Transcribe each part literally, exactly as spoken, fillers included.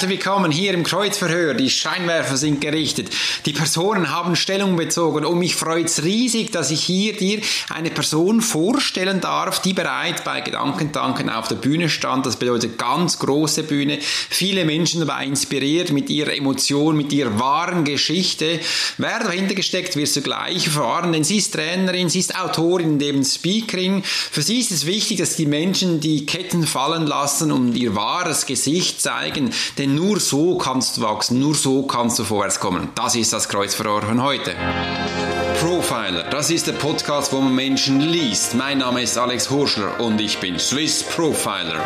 Herzlich willkommen hier im Kreuzverhör. Die Scheinwerfer sind gerichtet. Die Personen haben Stellung bezogen und mich freut's riesig, dass ich hier dir eine Person vorstellen darf, die bereits bei Gedankentanken auf der Bühne stand. Das bedeutet ganz große Bühne. Viele Menschen dabei inspiriert mit ihrer Emotion, mit ihrer wahren Geschichte. Wer dahinter gesteckt, wirst du gleich erfahren, denn sie ist Trainerin, sie ist Autorin, eben Speakerin. Für sie ist es wichtig, dass die Menschen die Ketten fallen lassen und ihr wahres Gesicht zeigen. Denn nur so kannst du wachsen, nur so kannst du vorwärts kommen. Das ist das Kreuzverhör von heute. Profiler, das ist der Podcast, wo man Menschen liest. Mein Name ist Alex Horschler und ich bin Swiss Profiler.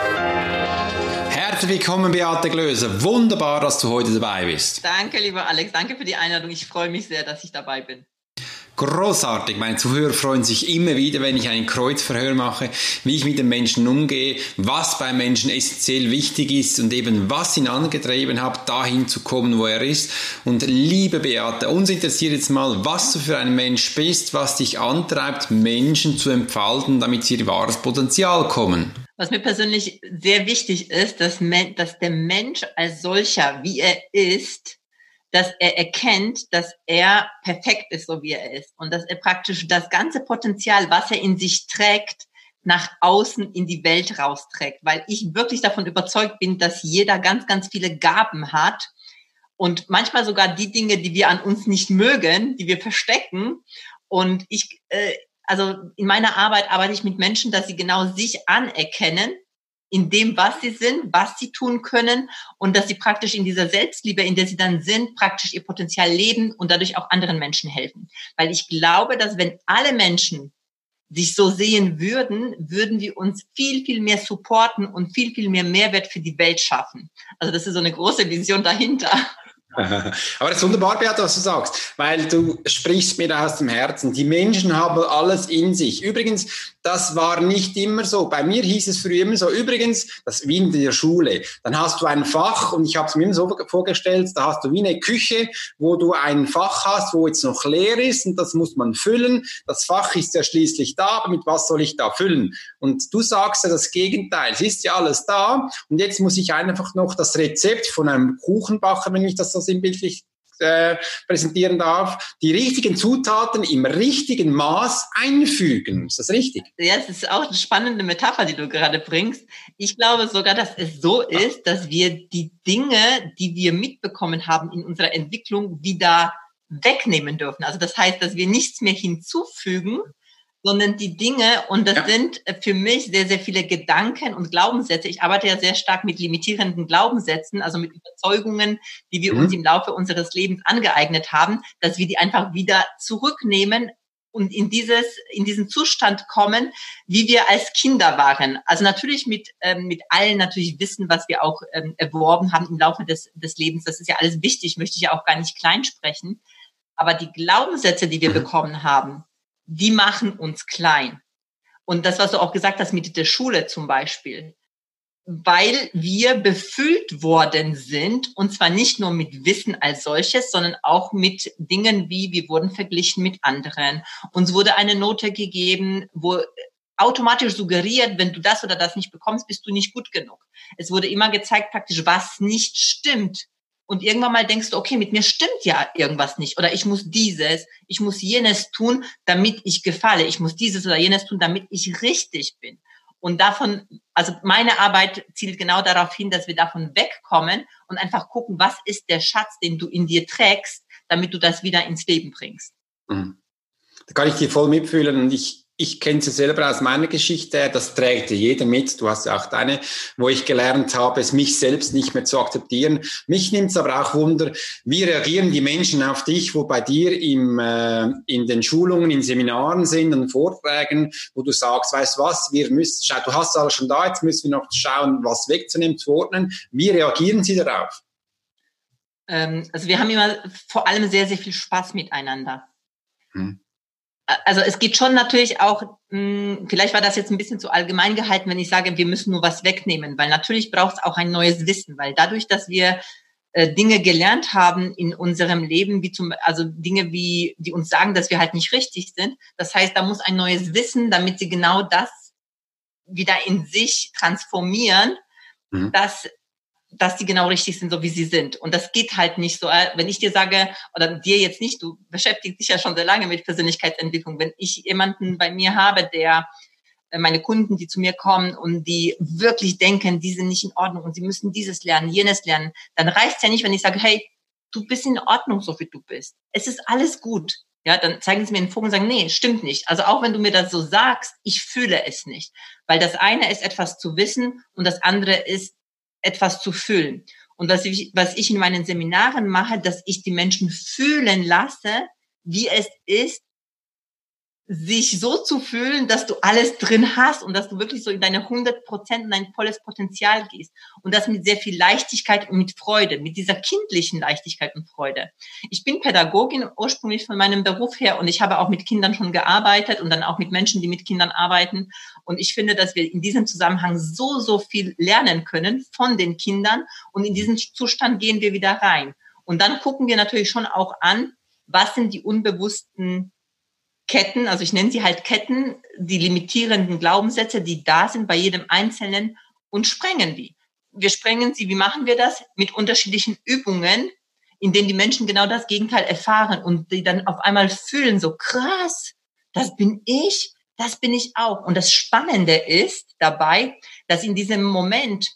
Herzlich willkommen, Beate Glöser. Wunderbar, dass du heute dabei bist. Danke, lieber Alex. Danke für die Einladung. Ich freue mich sehr, dass ich dabei bin. Großartig. Meine Zuhörer freuen sich immer wieder, wenn ich ein Kreuzverhör mache, wie ich mit den Menschen umgehe, was beim Menschen essentiell wichtig ist und eben was ihn angetrieben hat, dahin zu kommen, wo er ist. Und liebe Beate, uns interessiert jetzt mal, was du für ein Mensch bist, was dich antreibt, Menschen zu entfalten, damit sie ihr wahres Potenzial kommen. Was mir persönlich sehr wichtig ist, dass, dass der Mensch als solcher, wie er ist, dass er erkennt, dass er perfekt ist, so wie er ist. Und dass er praktisch das ganze Potenzial, was er in sich trägt, nach außen in die Welt rausträgt. Weil ich wirklich davon überzeugt bin, dass jeder ganz, ganz viele Gaben hat. Und manchmal sogar die Dinge, die wir an uns nicht mögen, die wir verstecken. Und ich, äh, also in meiner Arbeit arbeite ich mit Menschen, dass sie genau sich anerkennen, in dem, was sie sind, was sie tun können und dass sie praktisch in dieser Selbstliebe, in der sie dann sind, praktisch ihr Potenzial leben und dadurch auch anderen Menschen helfen. Weil ich glaube, dass wenn alle Menschen sich so sehen würden, würden wir uns viel, viel mehr supporten und viel, viel mehr Mehrwert für die Welt schaffen. Also das ist so eine große Vision dahinter. Aber das ist wunderbar, Beate, was du sagst, weil du sprichst mir da aus dem Herzen. Die Menschen haben alles in sich. Übrigens, das war nicht immer so. Bei mir hieß es früher immer so, übrigens, das wie in der Schule. Dann hast du ein Fach und ich habe es mir immer so vorgestellt, da hast du wie eine Küche, wo du ein Fach hast, wo jetzt noch leer ist und das muss man füllen. Das Fach ist ja schließlich da, aber mit was soll ich da füllen? Und du sagst ja das Gegenteil. Es ist ja alles da und jetzt muss ich einfach noch das Rezept von einem Kuchenbacher, wenn ich das so sinnbildlich äh, präsentieren darf, die richtigen Zutaten im richtigen Maß einfügen. Ist das richtig? Ja, es ist auch eine spannende Metapher, die du gerade bringst. Ich glaube sogar, dass es so ist, dass wir die Dinge, die wir mitbekommen haben in unserer Entwicklung, wieder wegnehmen dürfen. Also das heißt, dass wir nichts mehr hinzufügen, sondern die Dinge, und das ja. sind für mich sehr, sehr viele Gedanken und Glaubenssätze. Ich arbeite ja sehr stark mit limitierenden Glaubenssätzen, also mit Überzeugungen, die wir mhm. uns im Laufe unseres Lebens angeeignet haben, dass wir die einfach wieder zurücknehmen und in dieses, in diesen Zustand kommen, wie wir als Kinder waren. Also natürlich mit, ähm, mit allen natürlich Wissen, was wir auch ähm, erworben haben im Laufe des, des Lebens. Das ist ja alles wichtig, möchte ich ja auch gar nicht klein sprechen. Aber die Glaubenssätze, die wir mhm. bekommen haben, die machen uns klein. Und das, was du auch gesagt hast mit der Schule zum Beispiel, weil wir befüllt worden sind, und zwar nicht nur mit Wissen als solches, sondern auch mit Dingen wie, wir wurden verglichen mit anderen. Uns wurde eine Note gegeben, wo automatisch suggeriert, wenn du das oder das nicht bekommst, bist du nicht gut genug. Es wurde immer gezeigt praktisch, was nicht stimmt. Und irgendwann mal denkst du, okay, mit mir stimmt ja irgendwas nicht. Oder ich muss dieses, ich muss jenes tun, damit ich gefalle. Ich muss dieses oder jenes tun, damit ich richtig bin. Und davon, also meine Arbeit zielt genau darauf hin, dass wir davon wegkommen und einfach gucken, was ist der Schatz, den du in dir trägst, damit du das wieder ins Leben bringst. Mhm. Da kann ich dir voll mitfühlen und ich Ich kenne es selber aus meiner Geschichte, das trägt jeder mit. Du hast ja auch deine, wo ich gelernt habe, es mich selbst nicht mehr zu akzeptieren. Mich nimmt es aber auch Wunder, wie reagieren die Menschen auf dich, wo bei dir im, äh, in den Schulungen, in Seminaren sind, an Vorträgen, wo du sagst, weißt du was, wir müssen, schau, du hast alles schon da, jetzt müssen wir noch schauen, was wegzunehmen, zu ordnen. Wie reagieren sie darauf? Ähm, also wir haben immer vor allem sehr, sehr viel Spaß miteinander. Hm. Also es geht schon natürlich auch, mh, vielleicht war das jetzt ein bisschen zu allgemein gehalten, wenn ich sage, wir müssen nur was wegnehmen, weil natürlich braucht es auch ein neues Wissen, weil dadurch, dass wir äh, Dinge gelernt haben in unserem Leben, wie zum, also Dinge wie, die uns sagen, dass wir halt nicht richtig sind, das heißt, da muss ein neues Wissen, damit sie genau das wieder in sich transformieren, mhm. dass dass die genau richtig sind, so wie sie sind. Und das geht halt nicht so, wenn ich dir sage, oder dir jetzt nicht, du beschäftigst dich ja schon sehr lange mit Persönlichkeitsentwicklung, wenn ich jemanden bei mir habe, der meine Kunden, die zu mir kommen und die wirklich denken, die sind nicht in Ordnung und sie müssen dieses lernen, jenes lernen, dann reicht's ja nicht, wenn ich sage, hey, du bist in Ordnung, so wie du bist. Es ist alles gut. Ja, dann zeigen sie mir den Vogel und sagen, nee, stimmt nicht. Also auch wenn du mir das so sagst, ich fühle es nicht. Weil das eine ist, etwas zu wissen und das andere ist, etwas zu fühlen. Und was ich, was ich in meinen Seminaren mache, dass ich die Menschen fühlen lasse, wie es ist, sich so zu fühlen, dass du alles drin hast und dass du wirklich so in deine hundert Prozent in dein volles Potenzial gehst. Und das mit sehr viel Leichtigkeit und mit Freude, mit dieser kindlichen Leichtigkeit und Freude. Ich bin Pädagogin ursprünglich von meinem Beruf her und ich habe auch mit Kindern schon gearbeitet und dann auch mit Menschen, die mit Kindern arbeiten. Und ich finde, dass wir in diesem Zusammenhang so, so viel lernen können von den Kindern und in diesen Zustand gehen wir wieder rein. Und dann gucken wir natürlich schon auch an, was sind die unbewussten Ketten, also ich nenne sie halt Ketten, die limitierenden Glaubenssätze, die da sind bei jedem Einzelnen und sprengen die. Wir sprengen sie, wie machen wir das? Mit unterschiedlichen Übungen, in denen die Menschen genau das Gegenteil erfahren und die dann auf einmal fühlen, so krass, das bin ich, das bin ich auch. Und das Spannende ist dabei, dass in diesem Moment,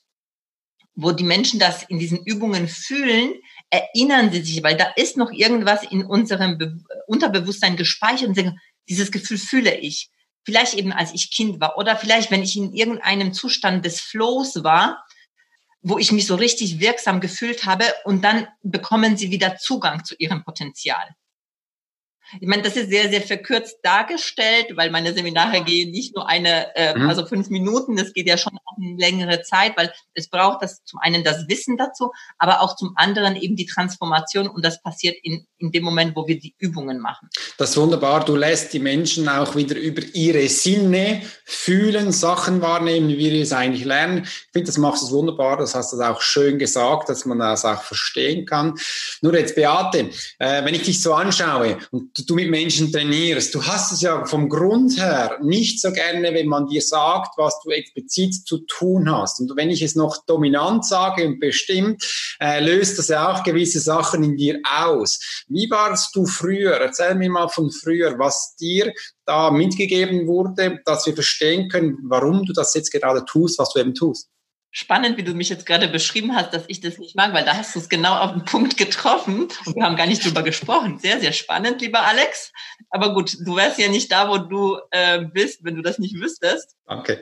wo die Menschen das in diesen Übungen fühlen, erinnern sie sich, weil da ist noch irgendwas in unserem Be- Unterbewusstsein gespeichert und sagen, dieses Gefühl fühle ich. Vielleicht eben, als ich Kind war oder vielleicht, wenn ich in irgendeinem Zustand des Flows war, wo ich mich so richtig wirksam gefühlt habe und dann bekommen sie wieder Zugang zu ihrem Potenzial. Ich meine, das ist sehr, sehr verkürzt dargestellt, weil meine Seminare gehen nicht nur eine, äh, mhm. also fünf Minuten, das geht ja schon auch eine längere Zeit, weil es braucht das zum einen das Wissen dazu, aber auch zum anderen eben die Transformation und das passiert in, in dem Moment, wo wir die Übungen machen. Das ist wunderbar, du lässt die Menschen auch wieder über ihre Sinne fühlen, Sachen wahrnehmen, wie wir es eigentlich lernen. Ich finde, das machst du wunderbar, das hast du auch schön gesagt, dass man das auch verstehen kann. Nur jetzt, Beate, äh, wenn ich dich so anschaue und du mit Menschen trainierst. Du hast es ja vom Grund her nicht so gerne, wenn man dir sagt, was du explizit zu tun hast. Und wenn ich es noch dominant sage und bestimmt, äh, löst das ja auch gewisse Sachen in dir aus. Wie warst du früher? Erzähl mir mal von früher, was dir da mitgegeben wurde, dass wir verstehen können, warum du das jetzt gerade tust, was du eben tust. Spannend, wie du mich jetzt gerade beschrieben hast, dass ich das nicht mag, weil da hast du es genau auf den Punkt getroffen und wir haben gar nicht drüber gesprochen. Sehr, sehr spannend, lieber Alex. Aber gut, du wärst ja nicht da, wo du äh, bist, wenn du das nicht wüsstest. Okay.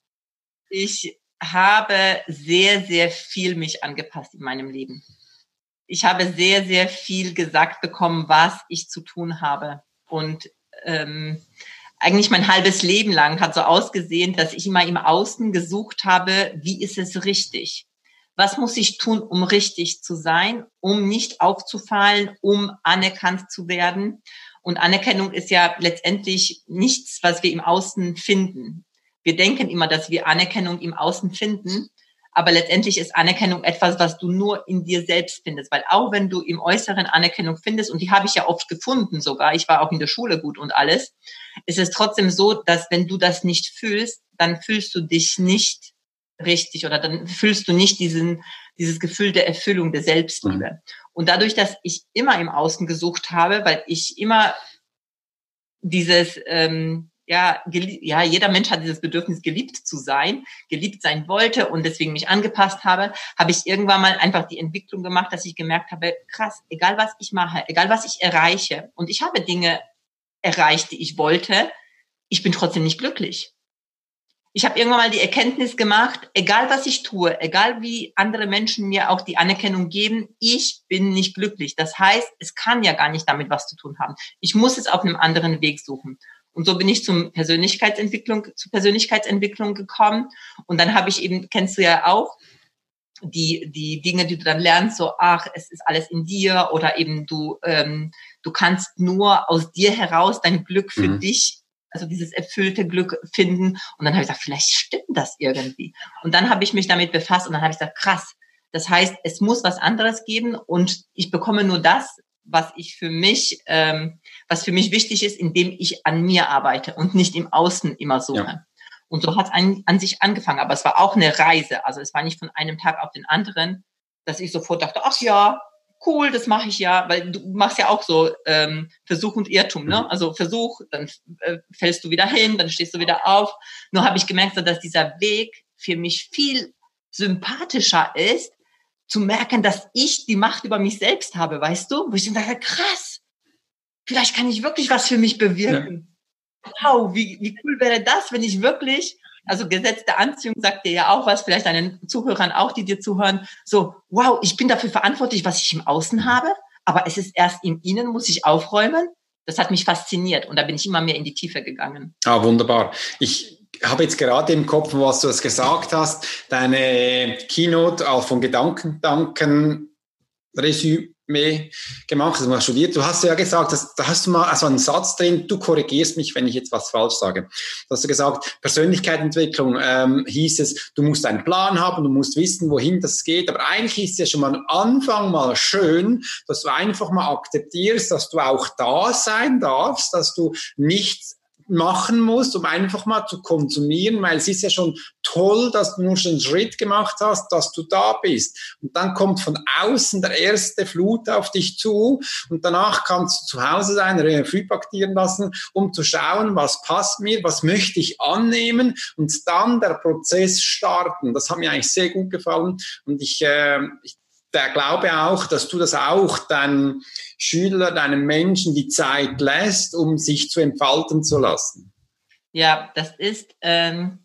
Ich habe sehr, sehr viel mich angepasst in meinem Leben. Ich habe sehr, sehr viel gesagt bekommen, was ich zu tun habe. Und ähm, eigentlich mein halbes Leben lang hat so ausgesehen, dass ich immer im Außen gesucht habe, wie ist es richtig? Was muss ich tun, um richtig zu sein, um nicht aufzufallen, um anerkannt zu werden? Und Anerkennung ist ja letztendlich nichts, was wir im Außen finden. Wir denken immer, dass wir Anerkennung im Außen finden, aber letztendlich ist Anerkennung etwas, was du nur in dir selbst findest. Weil auch wenn du im Äußeren Anerkennung findest, und die habe ich ja oft gefunden sogar, ich war auch in der Schule gut und alles, ist es trotzdem so, dass wenn du das nicht fühlst, dann fühlst du dich nicht richtig oder dann fühlst du nicht diesen, dieses Gefühl der Erfüllung, der Selbstliebe. Mhm. Und dadurch, dass ich immer im Außen gesucht habe, weil ich immer dieses... Ähm, Ja, ja, jeder Mensch hat dieses Bedürfnis, geliebt zu sein, geliebt sein wollte und deswegen mich angepasst habe, habe ich irgendwann mal einfach die Entwicklung gemacht, dass ich gemerkt habe, krass, egal was ich mache, egal was ich erreiche und ich habe Dinge erreicht, die ich wollte, ich bin trotzdem nicht glücklich. Ich habe irgendwann mal die Erkenntnis gemacht, egal was ich tue, egal wie andere Menschen mir auch die Anerkennung geben, ich bin nicht glücklich. Das heißt, es kann ja gar nicht damit was zu tun haben. Ich muss es auf einem anderen Weg suchen. Und so bin ich zum Persönlichkeitsentwicklung, zur Persönlichkeitsentwicklung gekommen. Und dann habe ich eben, kennst du ja auch, die die Dinge, die du dann lernst, so, ach, es ist alles in dir oder eben du ähm, du kannst nur aus dir heraus dein Glück für mhm. dich, also dieses erfüllte Glück finden. Und dann habe ich gesagt, vielleicht stimmt das irgendwie. Und dann habe ich mich damit befasst und dann habe ich gesagt, krass, das heißt, es muss was anderes geben und ich bekomme nur das, was ich für mich, ähm, was für mich wichtig ist, indem ich an mir arbeite und nicht im Außen immer suche. Ja. Und so hat es an, an sich angefangen. Aber es war auch eine Reise. Also es war nicht von einem Tag auf den anderen. dass ich sofort dachte, ach ja, cool, das mache ich ja, weil du machst ja auch so ähm, Versuch und Irrtum, ne? Also Versuch, dann äh, fällst du wieder hin, dann stehst du wieder auf. Nur habe ich gemerkt, so, dass dieser Weg für mich viel sympathischer ist, zu merken, dass ich die Macht über mich selbst habe, weißt du? Wo ich dann dachte, krass, vielleicht kann ich wirklich was für mich bewirken. Ja. Wow, wie, wie cool wäre das, wenn ich wirklich, also Gesetz der Anziehung sagt dir ja auch was, vielleicht deinen Zuhörern auch, die dir zuhören, so, wow, ich bin dafür verantwortlich, was ich im Außen habe, aber es ist erst im Innen, muss ich aufräumen. Das hat mich fasziniert und da bin ich immer mehr in die Tiefe gegangen. Ah, wunderbar. Ich habe jetzt gerade im Kopf, was du es gesagt hast, deine Keynote auch von Gedankentanken Resümee gemacht, also mal studiert. Du hast ja gesagt, dass, da hast du mal also einen Satz drin, du korrigierst mich, wenn ich jetzt was falsch sage. Du hast gesagt, Persönlichkeitsentwicklung ähm, hieß es, du musst einen Plan haben, du musst wissen, wohin das geht, aber eigentlich ist es ja schon mal am Anfang mal schön, dass du einfach mal akzeptierst, dass du auch da sein darfst, dass du nichts machen musst, um einfach mal zu konsumieren, weil es ist ja schon toll, dass du nur schon einen Schritt gemacht hast, dass du da bist. Und dann kommt von außen der erste Flut auf dich zu und danach kannst du zu Hause sein, Revue passieren lassen, um zu schauen, was passt mir, was möchte ich annehmen und dann der Prozess starten. Das hat mir eigentlich sehr gut gefallen und ich, äh, ich der glaube auch, dass du das auch deinen Schüler, deinen Menschen die Zeit lässt, um sich zu entfalten zu lassen. Ja, das ist, ähm,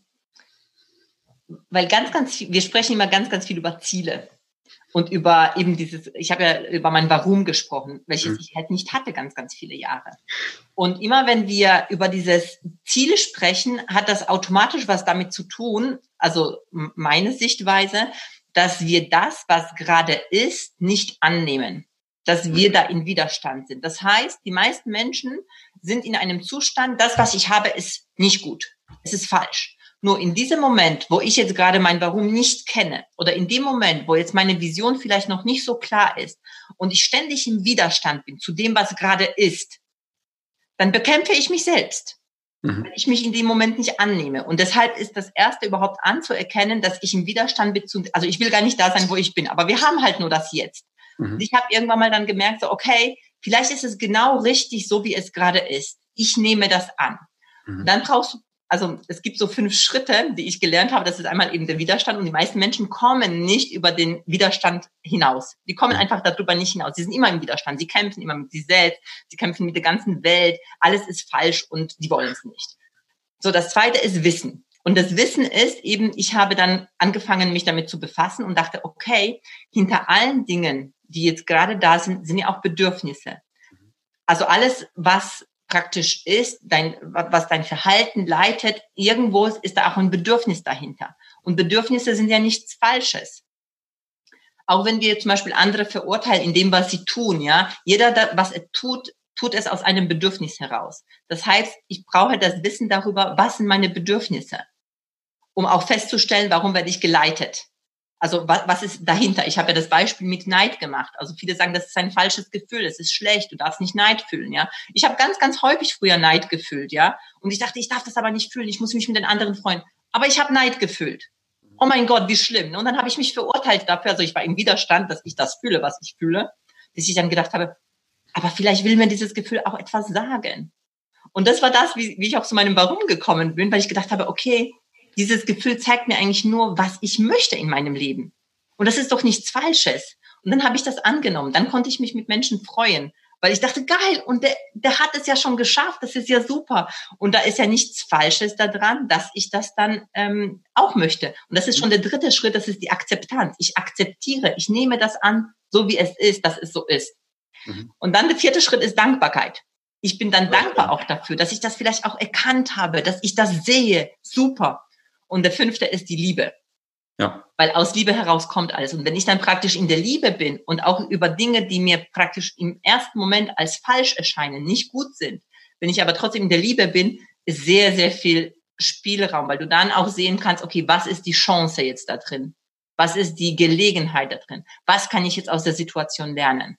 weil ganz, ganz viel, wir sprechen immer ganz, ganz viel über Ziele und über eben dieses, ich habe ja über mein Warum gesprochen, welches mhm. ich halt nicht hatte ganz, ganz viele Jahre. Und immer wenn wir über dieses Ziele sprechen, hat das automatisch was damit zu tun, also meine Sichtweise, dass wir das, was gerade ist, nicht annehmen, dass wir da in Widerstand sind. Das heißt, die meisten Menschen sind in einem Zustand, das, was ich habe, ist nicht gut, es ist falsch. Nur in diesem Moment, wo ich jetzt gerade mein Warum nicht kenne oder in dem Moment, wo jetzt meine Vision vielleicht noch nicht so klar ist und ich ständig im Widerstand bin zu dem, was gerade ist, dann bekämpfe ich mich selbst. Mhm. Weil ich mich in dem Moment nicht annehme. Und deshalb ist das Erste überhaupt anzuerkennen, dass ich im Widerstand bin. Zu, also ich will gar nicht da sein, wo ich bin, aber wir haben halt nur das Jetzt. Mhm. Und ich habe irgendwann mal dann gemerkt, so okay, vielleicht ist es genau richtig, so wie es gerade ist. Ich nehme das an. Mhm. Und dann brauchst du, also es gibt so fünf Schritte, die ich gelernt habe. Das ist einmal eben der Widerstand. Und die meisten Menschen kommen nicht über den Widerstand hinaus. Die kommen einfach darüber nicht hinaus. Sie sind immer im Widerstand. Sie kämpfen immer mit sich selbst. Sie kämpfen mit der ganzen Welt. Alles ist falsch und die wollen es nicht. So, das Zweite ist Wissen. Und das Wissen ist eben, ich habe dann angefangen, mich damit zu befassen und dachte, okay, hinter allen Dingen, die jetzt gerade da sind, sind ja auch Bedürfnisse. Also alles, was praktisch ist, dein, was dein Verhalten leitet, irgendwo ist da auch ein Bedürfnis dahinter. Und Bedürfnisse sind ja nichts Falsches. Auch wenn wir zum Beispiel andere verurteilen in dem, was sie tun, ja, jeder, was er tut, tut es aus einem Bedürfnis heraus. Das heißt, ich brauche das Wissen darüber, was sind meine Bedürfnisse, um auch festzustellen, warum werde ich geleitet. Also was, was ist dahinter? Ich habe ja das Beispiel mit Neid gemacht. Also viele sagen, das ist ein falsches Gefühl, es ist schlecht, du darfst nicht Neid fühlen, ja. Ich habe ganz, ganz häufig früher Neid gefühlt, ja. Und ich dachte, ich darf das aber nicht fühlen, ich muss mich mit den anderen freuen. Aber ich habe Neid gefühlt. Oh mein Gott, wie schlimm. Und dann habe ich mich verurteilt dafür, also ich war im Widerstand, dass ich das fühle, was ich fühle, bis ich dann gedacht habe, aber vielleicht will mir dieses Gefühl auch etwas sagen. Und das war das, wie, wie ich auch zu meinem Warum gekommen bin, weil ich gedacht habe, okay, dieses Gefühl zeigt mir eigentlich nur, was ich möchte in meinem Leben. Und das ist doch nichts Falsches. Und dann habe ich das angenommen. Dann konnte ich mich mit Menschen freuen, weil ich dachte, geil, und der, der hat es ja schon geschafft, das ist ja super. Und da ist ja nichts Falsches daran, dass ich das dann ähm, auch möchte. Und das ist schon der dritte Schritt, das ist die Akzeptanz. Ich akzeptiere, ich nehme das an, so wie es ist, dass es so ist. Mhm. Und dann der vierte Schritt ist Dankbarkeit. Ich bin dann dankbar auch dafür, dass ich das vielleicht auch erkannt habe, dass ich das sehe. Super. Und der fünfte ist die Liebe. Ja. Weil aus Liebe heraus kommt alles. Und wenn ich dann praktisch in der Liebe bin und auch über Dinge, die mir praktisch im ersten Moment als falsch erscheinen, nicht gut sind, wenn ich aber trotzdem in der Liebe bin, ist sehr, sehr viel Spielraum, weil du dann auch sehen kannst, okay, was ist die Chance jetzt da drin? Was ist die Gelegenheit da drin? Was kann ich jetzt aus der Situation lernen?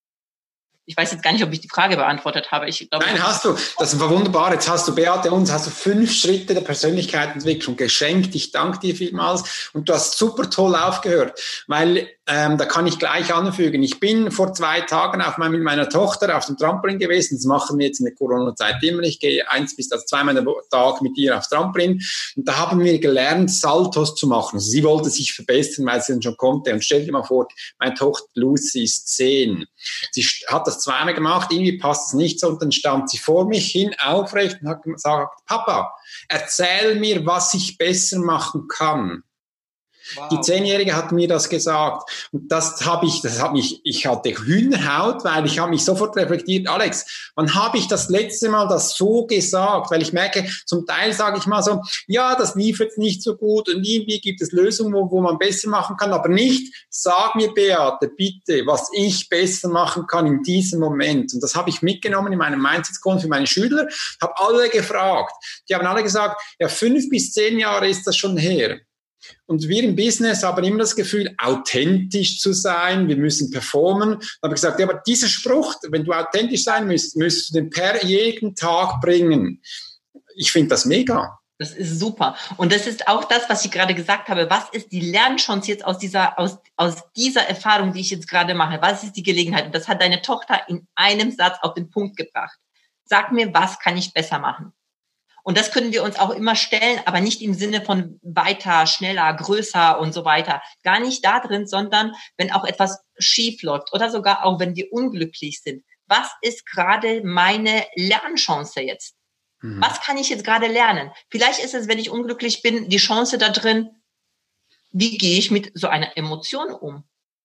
Ich weiß jetzt gar nicht, ob ich die Frage beantwortet habe. Ich glaube, Nein, hast du. Das war wunderbar. Jetzt hast du, Beate, uns hast du fünf Schritte der Persönlichkeitsentwicklung geschenkt. Ich danke dir vielmals. Und du hast super toll aufgehört, weil ähm, da kann ich gleich anfügen. Ich bin vor zwei Tagen auf mein, mit meiner Tochter auf dem Trampolin gewesen. Das machen wir jetzt in der Corona-Zeit immer. Ich gehe eins bis also zweimal am Tag mit ihr aufs Trampolin. Und da haben wir gelernt, Saltos zu machen. Also sie wollte sich verbessern, weil sie dann schon konnte. Und stell dir mal vor, meine Tochter Lucy ist zehn. Sie hat das zweimal gemacht, irgendwie passt es nicht so. Und dann stand sie vor mich hin, aufrecht und hat gesagt, Papa, erzähl mir, was ich besser machen kann. Wow. Die Zehnjährige hat mir das gesagt und das habe ich, das hat mich, ich hatte Hühnerhaut, weil ich habe mich sofort reflektiert, Alex, wann habe ich das letzte Mal das so gesagt? Weil ich merke, zum Teil sage ich mal so, ja, das lief jetzt nicht so gut und irgendwie gibt es Lösungen, wo, wo man besser machen kann, aber nicht, sag mir Beate, bitte, was ich besser machen kann in diesem Moment. Und das habe ich mitgenommen in meinem Mindset-Call für meine Schüler, habe alle gefragt. Die haben alle gesagt, ja, fünf bis zehn Jahre ist das schon her. Und wir im Business haben immer das Gefühl, authentisch zu sein, wir müssen performen. Dann habe ich gesagt, ja, aber dieser Spruch, wenn du authentisch sein müsst, müsst du den per jeden Tag bringen. Ich finde das mega. Das ist super. Und das ist auch das, was ich gerade gesagt habe. Was ist die Lernchance jetzt aus dieser, aus, aus dieser Erfahrung, die ich jetzt gerade mache? Was ist die Gelegenheit? Und das hat deine Tochter in einem Satz auf den Punkt gebracht. Sag mir, was kann ich besser machen? Und das können wir uns auch immer stellen, aber nicht im Sinne von weiter, schneller, größer und so weiter. Gar nicht da drin, sondern wenn auch etwas schief läuft oder sogar auch, wenn wir unglücklich sind. Was ist gerade meine Lernchance jetzt? Mhm. Was kann ich jetzt gerade lernen? Vielleicht ist es, wenn ich unglücklich bin, die Chance da drin, wie gehe ich mit so einer Emotion um?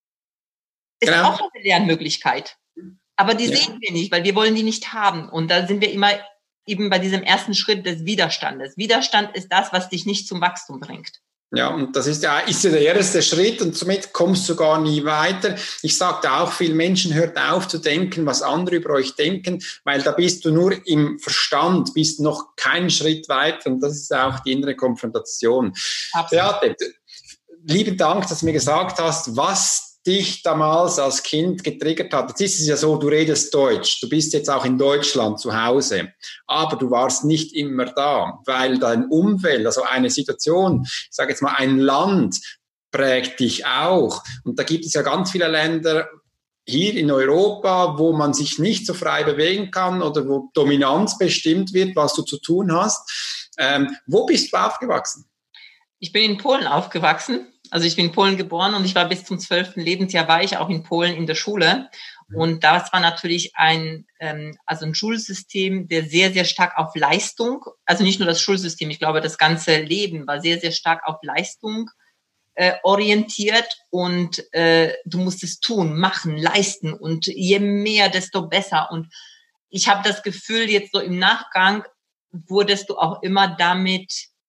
Ist genau. Auch eine Lernmöglichkeit. Aber die ja. sehen wir nicht, weil wir wollen die nicht haben. Und da sind wir immer eben bei diesem ersten Schritt des Widerstandes. Widerstand ist das, was dich nicht zum Wachstum bringt. Ja, und das ist ja, ist ja der erste Schritt und somit kommst du gar nie weiter. Ich sagte auch, viele Menschen hört auf zu denken, was andere über euch denken, weil da bist du nur im Verstand, bist noch keinen Schritt weiter und das ist auch die innere Konfrontation. Absolut. Beate, lieben Dank, dass du mir gesagt hast, was dich damals als Kind getriggert hat. Jetzt ist es ja so, du redest Deutsch, du bist jetzt auch in Deutschland zu Hause, aber du warst nicht immer da, weil dein Umfeld, also eine Situation, ich sage jetzt mal ein Land, prägt dich auch. Und da gibt es ja ganz viele Länder hier in Europa, wo man sich nicht so frei bewegen kann oder wo Dominanz bestimmt wird, was du zu tun hast. Ähm, wo bist du aufgewachsen? Ich bin in Polen aufgewachsen. Also ich bin in Polen geboren und ich war bis zum zwölften Lebensjahr war ich auch in Polen in der Schule. Und das war natürlich ein, ähm, also ein Schulsystem, der sehr, sehr stark auf Leistung, also nicht nur das Schulsystem, ich glaube, das ganze Leben war sehr, sehr stark auf Leistung äh, orientiert und äh, du musst es tun, machen, leisten und je mehr, desto besser. Und ich habe das Gefühl, jetzt so im Nachgang wurdest du auch immer damit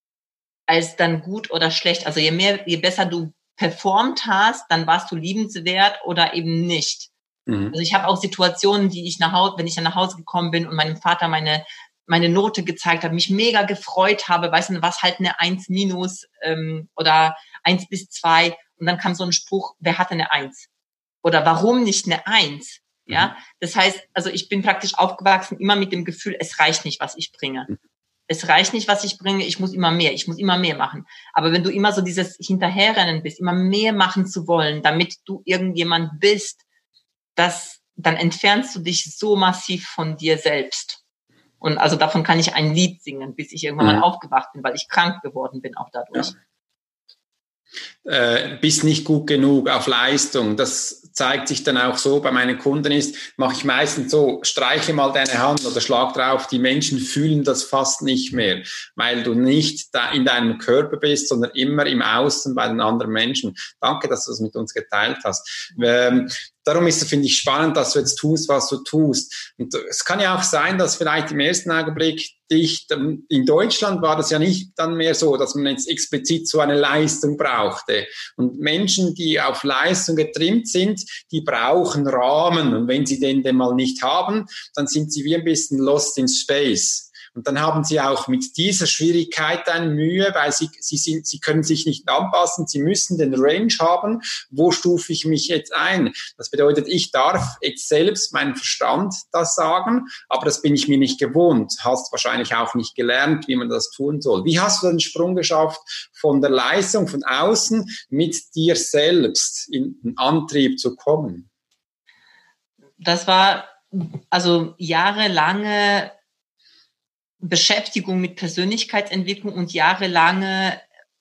als dann gut oder schlecht. Also je mehr, je besser du performt hast, dann warst du liebenswert oder eben nicht. Mhm. Also ich habe auch Situationen, die ich nach Hause, wenn ich dann nach Hause gekommen bin und meinem Vater meine meine Note gezeigt habe, mich mega gefreut habe, weißt du, was halt eine eins minus ähm, oder eins bis zwei und dann kam so ein Spruch, wer hatte eine eins? Oder warum nicht eine eins? Mhm. Ja, das heißt, also ich bin praktisch aufgewachsen immer mit dem Gefühl, es reicht nicht, was ich bringe. Mhm. Es reicht nicht, was ich bringe, ich muss immer mehr, ich muss immer mehr machen. Aber wenn du immer so dieses Hinterherrennen bist, immer mehr machen zu wollen, damit du irgendjemand bist, das, dann entfernst du dich so massiv von dir selbst. Und also davon kann ich ein Lied singen, bis ich irgendwann mhm. mal aufgewacht bin, weil ich krank geworden bin auch dadurch. Ja. Äh, bist nicht gut genug auf Leistung. Das zeigt sich dann auch so bei meinen Kunden ist, mache ich meistens so, streiche mal deine Hand oder schlag drauf. Die Menschen fühlen das fast nicht mehr, weil du nicht da in deinem Körper bist, sondern immer im Außen bei den anderen Menschen. Danke, dass du das mit uns geteilt hast. Ähm, Darum ist es, finde ich, spannend, dass du jetzt tust, was du tust. Und es kann ja auch sein, dass vielleicht im ersten Augenblick dich, in Deutschland war das ja nicht dann mehr so, dass man jetzt explizit so eine Leistung brauchte. Und Menschen, die auf Leistung getrimmt sind, die brauchen Rahmen. Und wenn sie den denn mal nicht haben, dann sind sie wie ein bisschen lost in space. Und dann haben sie auch mit dieser Schwierigkeit eine Mühe, weil sie, sie, sind, sie können sich nicht anpassen, sie müssen den Range haben, wo stufe ich mich jetzt ein. Das bedeutet, ich darf jetzt selbst meinen Verstand das sagen, aber das bin ich mir nicht gewohnt. Hast wahrscheinlich auch nicht gelernt, wie man das tun soll. Wie hast du den Sprung geschafft von der Leistung, von außen mit dir selbst in den Antrieb zu kommen? Das war also jahrelange Beschäftigung mit Persönlichkeitsentwicklung und jahrelange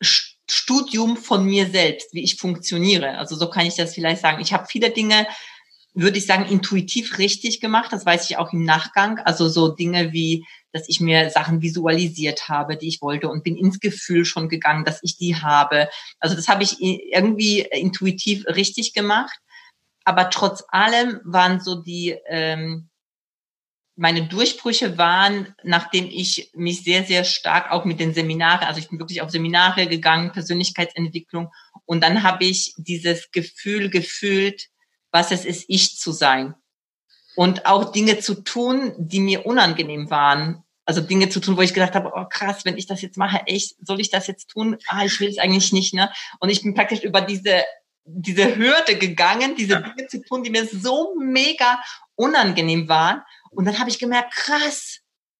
Studium von mir selbst, wie ich funktioniere. Also so kann ich das vielleicht sagen. Ich habe viele Dinge, würde ich sagen, intuitiv richtig gemacht. Das weiß ich auch im Nachgang. Also so Dinge wie, dass ich mir Sachen visualisiert habe, die ich wollte und bin ins Gefühl schon gegangen, dass ich die habe. Also das habe ich irgendwie intuitiv richtig gemacht. Aber trotz allem waren so die, ähm, meine Durchbrüche waren, nachdem ich mich sehr, sehr stark auch mit den Seminaren, also ich bin wirklich auf Seminare gegangen, Persönlichkeitsentwicklung, und dann habe ich dieses Gefühl gefühlt, was es ist, ich zu sein. Und auch Dinge zu tun, die mir unangenehm waren. Also Dinge zu tun, wo ich gedacht habe, oh krass, wenn ich das jetzt mache, echt, soll ich das jetzt tun? Ah, ich will es eigentlich nicht, ne? Und ich bin praktisch über diese diese Hürde gegangen, diese Dinge zu tun, die mir so mega unangenehm waren. Und dann habe ich gemerkt, krass,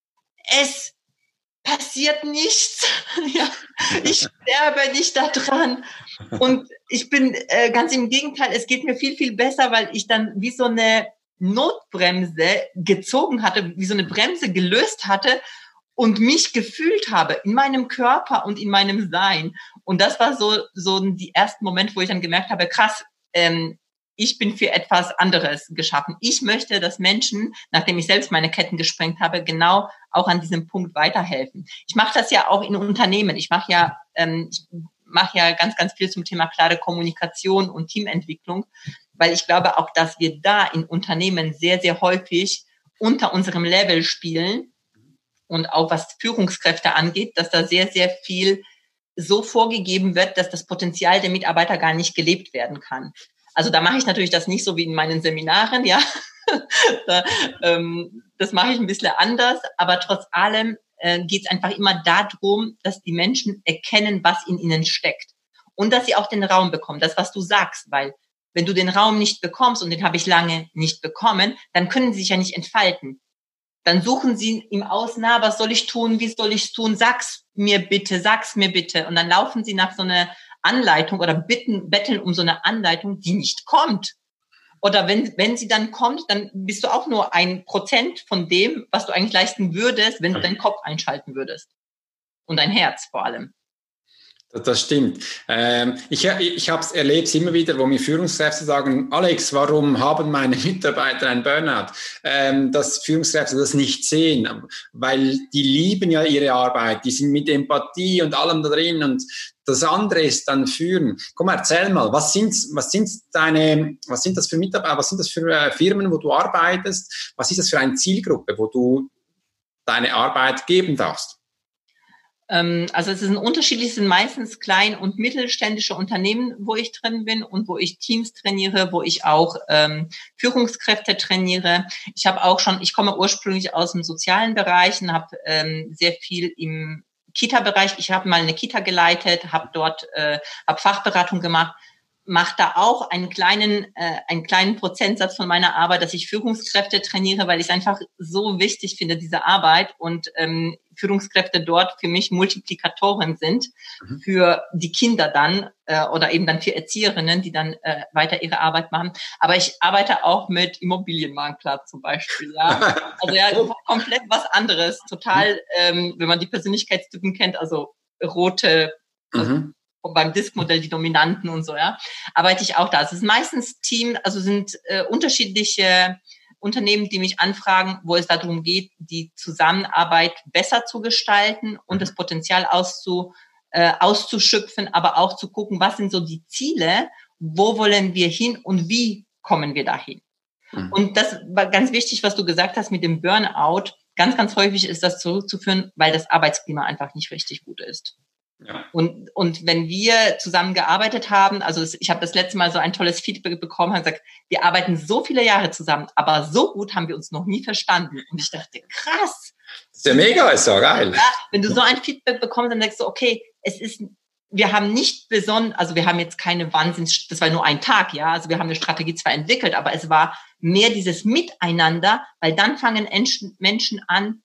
es passiert nichts. Ja, ich sterbe nicht daran. Und ich bin äh, ganz im Gegenteil, es geht mir viel, viel besser, weil ich dann wie so eine Notbremse gezogen hatte, wie so eine Bremse gelöst hatte und mich gefühlt habe in meinem Körper und in meinem Sein. Und das war so so die ersten Momente, wo ich dann gemerkt habe, krass, ähm, ich bin für etwas anderes geschaffen. Ich möchte, dass Menschen, nachdem ich selbst meine Ketten gesprengt habe, genau auch an diesem Punkt weiterhelfen. Ich mache das ja auch in Unternehmen. Ich mache ja, ähm, ich mache ja ganz, ganz viel zum Thema klare Kommunikation und Teamentwicklung, weil ich glaube auch, dass wir da in Unternehmen sehr, sehr häufig unter unserem Level spielen. Und auch was Führungskräfte angeht, dass da sehr, sehr viel so vorgegeben wird, dass das Potenzial der Mitarbeiter gar nicht gelebt werden kann. Also da mache ich natürlich das nicht so wie in meinen Seminaren, ja. da, ähm, das mache ich ein bisschen anders, aber trotz allem äh, geht es einfach immer darum, dass die Menschen erkennen, was in ihnen steckt. Und dass sie auch den Raum bekommen, das, was du sagst, weil wenn du den Raum nicht bekommst, und den habe ich lange nicht bekommen, dann können sie sich ja nicht entfalten. Dann suchen sie im Außen, na, was soll ich tun, wie soll ich es tun, sag's mir bitte, sag's mir bitte. Und dann laufen sie nach so einer Anleitung oder bitten, betteln um so eine Anleitung, die nicht kommt. Oder wenn, wenn sie dann kommt, dann bist du auch nur ein Prozent von dem, was du eigentlich leisten würdest, wenn du deinen Kopf einschalten würdest. Und dein Herz vor allem. Das stimmt. Ähm, ich ich habe es erlebt immer wieder, wo mir Führungskräfte sagen, Alex, warum haben meine Mitarbeiter einen Burnout? Ähm, dass Führungskräfte das nicht sehen, weil die lieben ja ihre Arbeit, die sind mit Empathie und allem da drin und das andere ist dann Führen. Komm, erzähl mal, was sind, was sind deine, was sind das für Mitarbeiter, was sind das für äh, Firmen, wo du arbeitest? Was ist das für eine Zielgruppe, wo du deine Arbeit geben darfst? Also es sind unterschiedlich, es sind meistens klein- und mittelständische Unternehmen, wo ich drin bin und wo ich Teams trainiere, wo ich auch ähm, Führungskräfte trainiere. Ich habe auch schon, ich komme ursprünglich aus dem sozialen Bereich und habe ähm, sehr viel im Kita-Bereich. Ich habe mal eine Kita geleitet, habe dort äh, hab Fachberatung gemacht, mache da auch einen kleinen äh, einen kleinen Prozentsatz von meiner Arbeit, dass ich Führungskräfte trainiere, weil ich es einfach so wichtig finde, diese Arbeit, und ähm, Führungskräfte dort für mich Multiplikatoren sind mhm. für die Kinder dann äh, oder eben dann für Erzieherinnen, die dann äh, weiter ihre Arbeit machen. Aber ich arbeite auch mit Immobilienmakler zum Beispiel. Ja, also ja, komplett was anderes. Total, ähm, wenn man die Persönlichkeitstypen kennt, also rote, also mhm. beim Disk-Modell die Dominanten und so, ja, arbeite ich auch da. Es ist meistens Team, also sind äh, unterschiedliche Unternehmen, die mich anfragen, wo es darum geht, die Zusammenarbeit besser zu gestalten und das Potenzial auszu, äh, auszuschöpfen, aber auch zu gucken, was sind so die Ziele, wo wollen wir hin und wie kommen wir dahin. Mhm. Und das war ganz wichtig, was du gesagt hast mit dem Burnout. Ganz, ganz häufig ist das zurückzuführen, weil das Arbeitsklima einfach nicht richtig gut ist. Ja. Und, und wenn wir zusammen gearbeitet haben, also ich habe das letzte Mal so ein tolles Feedback bekommen, habe gesagt, wir arbeiten so viele Jahre zusammen, aber so gut haben wir uns noch nie verstanden. Und ich dachte, krass, Das ist ja mega, ist ja geil. Ja, wenn du so ein Feedback bekommst, dann denkst du, okay, es ist, wir haben nicht besonders, also wir haben jetzt keine Wahnsinns, das war nur ein Tag, ja, also wir haben eine Strategie zwar entwickelt, aber es war mehr dieses Miteinander, weil dann fangen Menschen an,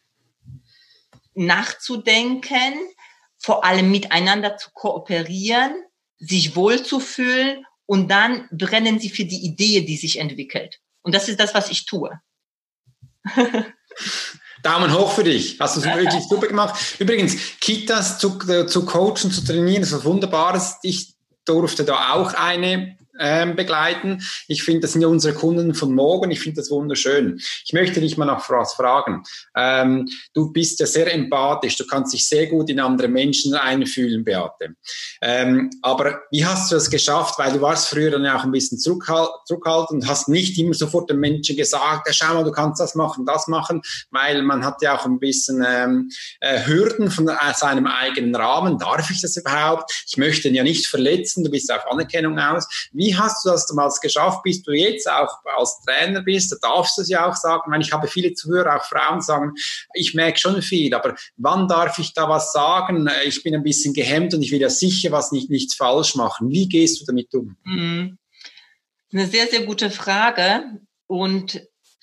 nachzudenken, vor allem miteinander zu kooperieren, sich wohlzufühlen und dann brennen sie für die Idee, die sich entwickelt. Und das ist das, was ich tue. Daumen hoch für dich. Hast du es wirklich super gemacht. Übrigens, Kitas zu, zu coachen, zu trainieren, ist was Wunderbares. Ich durfte da auch eine ähm, begleiten. Ich finde, das sind ja unsere Kunden von morgen. Ich finde das wunderschön. Ich möchte dich mal noch was fragen. Ähm, du bist ja sehr empathisch. Du kannst dich sehr gut in andere Menschen einfühlen, Beate. Ähm, aber wie hast du das geschafft? Weil du warst früher dann ja auch ein bisschen zurückhal- zurückhaltend und hast nicht immer sofort den Menschen gesagt, ja, schau mal, du kannst das machen, das machen, weil man hat ja auch ein bisschen ähm, äh, Hürden von äh, seinem eigenen Rahmen. Darf ich das überhaupt? Ich möchte ihn ja nicht verletzen. Du bist auf Anerkennung aus. Wie hast du das damals geschafft? Bist du jetzt auch als Trainer bist, da darfst du es ja auch sagen. Ich meine, ich habe viele Zuhörer, auch Frauen sagen, ich merke schon viel, aber wann darf ich da was sagen? Ich bin ein bisschen gehemmt und ich will ja sicher was nicht, nichts falsch machen. Wie gehst du damit um? Mhm. Eine sehr, sehr gute Frage und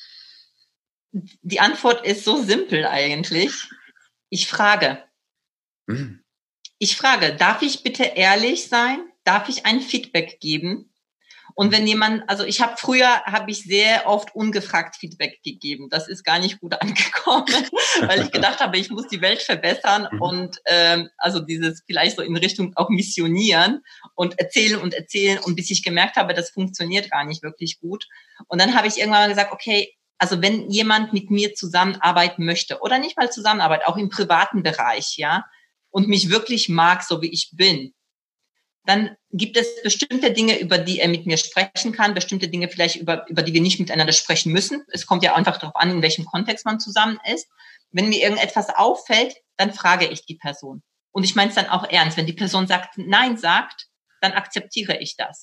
die Antwort ist so simpel eigentlich. Ich frage. Mhm. Ich frage, darf ich bitte ehrlich sein? Darf ich ein Feedback geben? Und wenn jemand, also ich habe früher, habe ich sehr oft ungefragt Feedback gegeben. Das ist gar nicht gut angekommen, weil ich gedacht habe, ich muss die Welt verbessern und ähm, also dieses vielleicht so in Richtung auch missionieren und erzählen und erzählen und bis ich gemerkt habe, das funktioniert gar nicht wirklich gut. Und dann habe ich irgendwann mal gesagt, okay, also wenn jemand mit mir zusammenarbeiten möchte oder nicht mal zusammenarbeiten, auch im privaten Bereich, ja, und mich wirklich mag, so wie ich bin, dann gibt es bestimmte Dinge, über die er mit mir sprechen kann, bestimmte Dinge vielleicht, über, über die wir nicht miteinander sprechen müssen. Es kommt ja einfach darauf an, in welchem Kontext man zusammen ist. Wenn mir irgendetwas auffällt, dann frage ich die Person. Und ich meine es dann auch ernst. Wenn die Person sagt, nein sagt, dann akzeptiere ich das.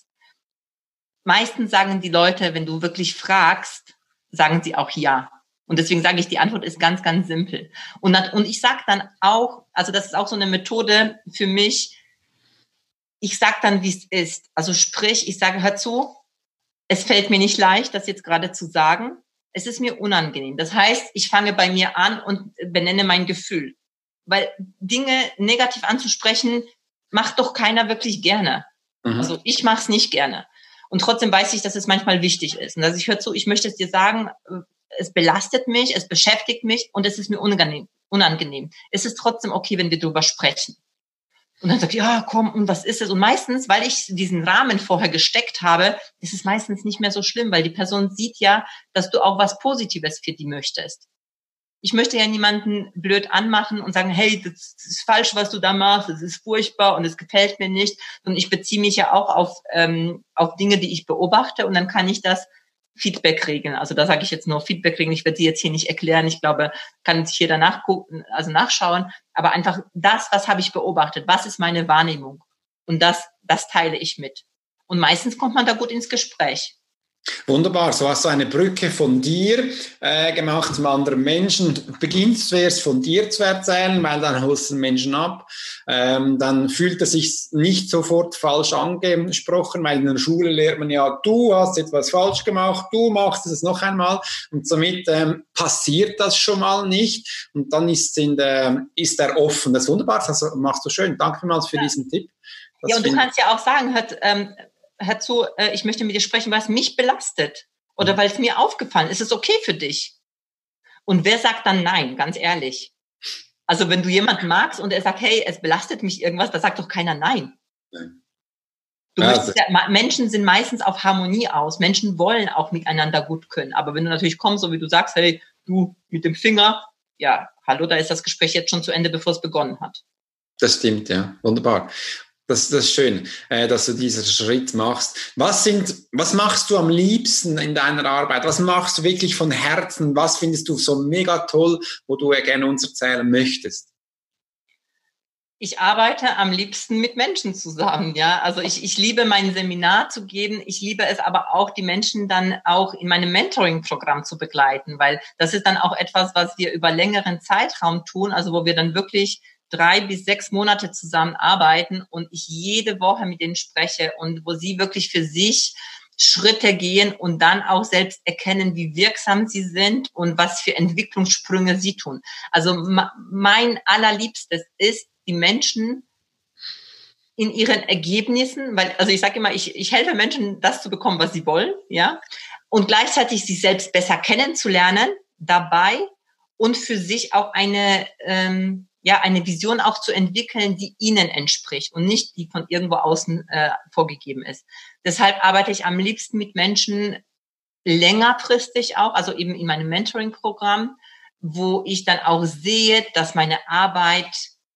Meistens sagen die Leute, wenn du wirklich fragst, sagen sie auch ja. Und deswegen sage ich, die Antwort ist ganz, ganz simpel. Und, dann, und ich sage dann auch, also das ist auch so eine Methode für mich, ich sage dann, wie es ist. Also sprich, ich sage, hör zu, es fällt mir nicht leicht, das jetzt gerade zu sagen. Es ist mir unangenehm. Das heißt, ich fange bei mir an und benenne mein Gefühl. Weil Dinge negativ anzusprechen, macht doch keiner wirklich gerne. Mhm. Also ich mache es nicht gerne. Und trotzdem weiß ich, dass es manchmal wichtig ist. Und dass ich höre zu, ich möchte es dir sagen, es belastet mich, es beschäftigt mich und es ist mir unangenehm. unangenehm. Es ist trotzdem okay, wenn wir darüber sprechen. Und dann sagt, ja, komm, und was ist es? Und meistens, weil ich diesen Rahmen vorher gesteckt habe, ist es meistens nicht mehr so schlimm, weil die Person sieht ja, dass du auch was Positives für die möchtest. Ich möchte ja niemanden blöd anmachen und sagen, hey, das ist falsch, was du da machst, das ist furchtbar und es gefällt mir nicht. Und ich beziehe mich ja auch auf, ähm, auf Dinge, die ich beobachte und dann kann ich das Feedback-Regeln. Also da sage ich jetzt nur Feedback-Regeln. Ich werde die jetzt hier nicht erklären. Ich glaube, kann sich jeder nachgucken, also nachschauen. Aber einfach das, was habe ich beobachtet? Was ist meine Wahrnehmung? Und das, das teile ich mit. Und meistens kommt man da gut ins Gespräch. Wunderbar, so hast du eine Brücke von dir äh, gemacht zum anderen Menschen. Du beginnst zuerst von dir zu erzählen, weil dann holst du den Menschen ab. Ähm, dann fühlt er sich nicht sofort falsch angesprochen, weil in der Schule lernt man ja, du hast etwas falsch gemacht, du machst es noch einmal und somit ähm, passiert das schon mal nicht und dann ist, in der, ist er offen. Das ist wunderbar, das machst du schön. Danke vielmals für ja. diesen Tipp. Das ja, und du kannst ja auch sagen, hört, ähm, hör zu, äh, ich möchte mit dir sprechen, was mich belastet oder weil es mir aufgefallen ist. Ist es okay für dich? Und wer sagt dann nein, ganz ehrlich? Also wenn du jemanden magst und er sagt, hey, es belastet mich irgendwas, da sagt doch keiner nein. Nein. Du ja, möchtest ja, Menschen sind meistens auf Harmonie aus. Menschen wollen auch miteinander gut können. Aber wenn du natürlich kommst, so wie du sagst, hey, du mit dem Finger, ja, hallo, da ist das Gespräch jetzt schon zu Ende, bevor es begonnen hat. Das stimmt, ja, wunderbar. Das, das ist schön, äh, dass du diesen Schritt machst. Was sind, was machst du am liebsten in deiner Arbeit? Was machst du wirklich von Herzen? Was findest du so mega toll, wo du ja gerne uns erzählen möchtest? Ich arbeite am liebsten mit Menschen zusammen, ja. Also ich, ich liebe mein Seminar zu geben. Ich liebe es aber auch, die Menschen dann auch in meinem Mentoring-Programm zu begleiten, weil das ist dann auch etwas, was wir über längeren Zeitraum tun, also wo wir dann wirklich drei bis sechs Monate zusammenarbeiten und ich jede Woche mit denen spreche und wo sie wirklich für sich Schritte gehen und dann auch selbst erkennen, wie wirksam sie sind und was für Entwicklungssprünge sie tun. Also mein allerliebstes ist, die Menschen in ihren Ergebnissen, weil, also ich sage immer, ich, ich helfe Menschen, das zu bekommen, was sie wollen, ja, und gleichzeitig sich selbst besser kennenzulernen dabei und für sich auch eine, ähm, ja, eine Vision auch zu entwickeln, die ihnen entspricht und nicht die von irgendwo außen äh, vorgegeben ist. Deshalb arbeite ich am liebsten mit Menschen längerfristig auch, also eben in meinem Mentoring-Programm, wo ich dann auch sehe, dass meine Arbeit